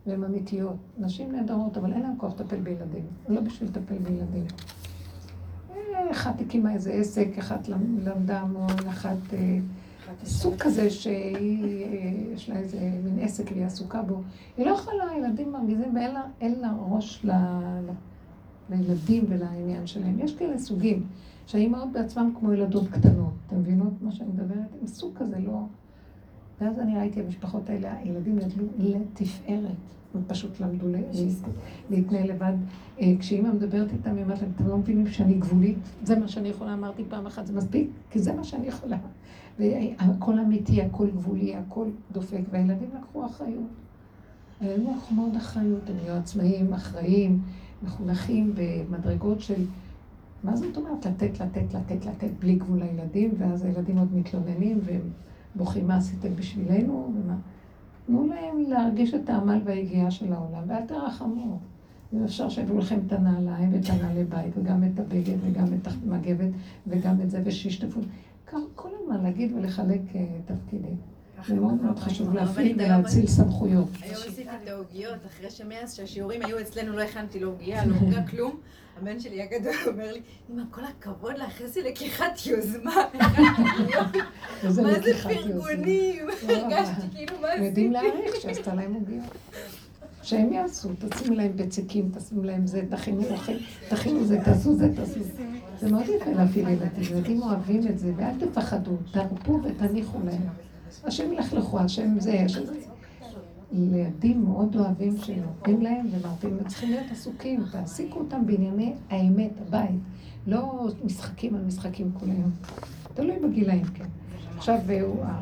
והן אמיתיות. נשים נהדרות, אבל אין להן כוח לטפל בילדים. לא בשביל לטפל בילדים. אחת הקימה איזה עסק, אחת למדה המון, אחת סוג כזה שיש לה איזה מין עסק והיא עסוקה בו. היא לא יכולה, ילדים מרגיזים ואין לה ראש לילדים ולעניין שלהם. יש כאלה סוגים שהאימהות בעצמם כמו ילדות קטנות. אתם מבינות מה שאני מדברת? הם סוג כזה לא... ואז אני ראיתי המשפחות האלה, הילדים גדלו לתפארת. הם פשוט למדו להתנהל לבד. כשאימא מדברת איתם, היא אומרת להם, אתם לא מבינים שאני גבולית? זה מה שאני יכולה, אמרתי פעם אחת, זה מספיק, כי זה מה שאני יכולה. והכל אמיתי, הכל גבולי, הכל דופק, והילדים לקחו אחריות. הילדים לקחו מאוד אחריות, הם יהיו עצמאיים, אחראיים, מחונכים במדרגות של... מה זאת אומרת? לתת, לתת, לתת, לתת, בלי גבול לילדים, ואז הילדים עוד מתלוננים, והם בוכים מה עשיתם בשבילנו, ומה... תנו להם להרגיש את העמל וההגיעה של העולם, ואל תרחמו. אם אפשר שיביאו לכם את הנעליים ואת הנעלי בית, וגם את הבגד, וגם את המגבת, וגם את זה, ושישתפו. כל הזמן להגיד ולחלק תפקידים. זה מאוד מאוד חשוב להפעיל ולהציל סמכויות. היום עשיתי את העוגיות, אחרי שמאז שהשיעורים היו אצלנו, לא הכנתי לו עוגיה, לא עוגה כלום. הבן שלי הגדול אומר לי, אמא, כל הכבוד לך, איזה לקיחת יוזמה. מה זה פרגונים? הרגשתי כאילו מה עשיתי. יודעים להעריך שעשתה להם עוגיות. שהם יעשו, תשימו להם בצקים, תשימו להם זה, תכינו אוכל, תכינו זה, תעשו זה, תעשו זה. זה מאוד יפה להפעיל ילדים, ילדים אוהבים את זה, ואל תפחדו, תרפו ותניחו להם. השם ילכלכו, השם זה, השם זה. ילדים מאוד אוהבים שנותנים להם ומרפים, הם צריכים להיות עסוקים, תעסיקו אותם בענייני האמת, הבית. לא משחקים על משחקים כל היום. תלוי בגילאים, כן. עכשיו,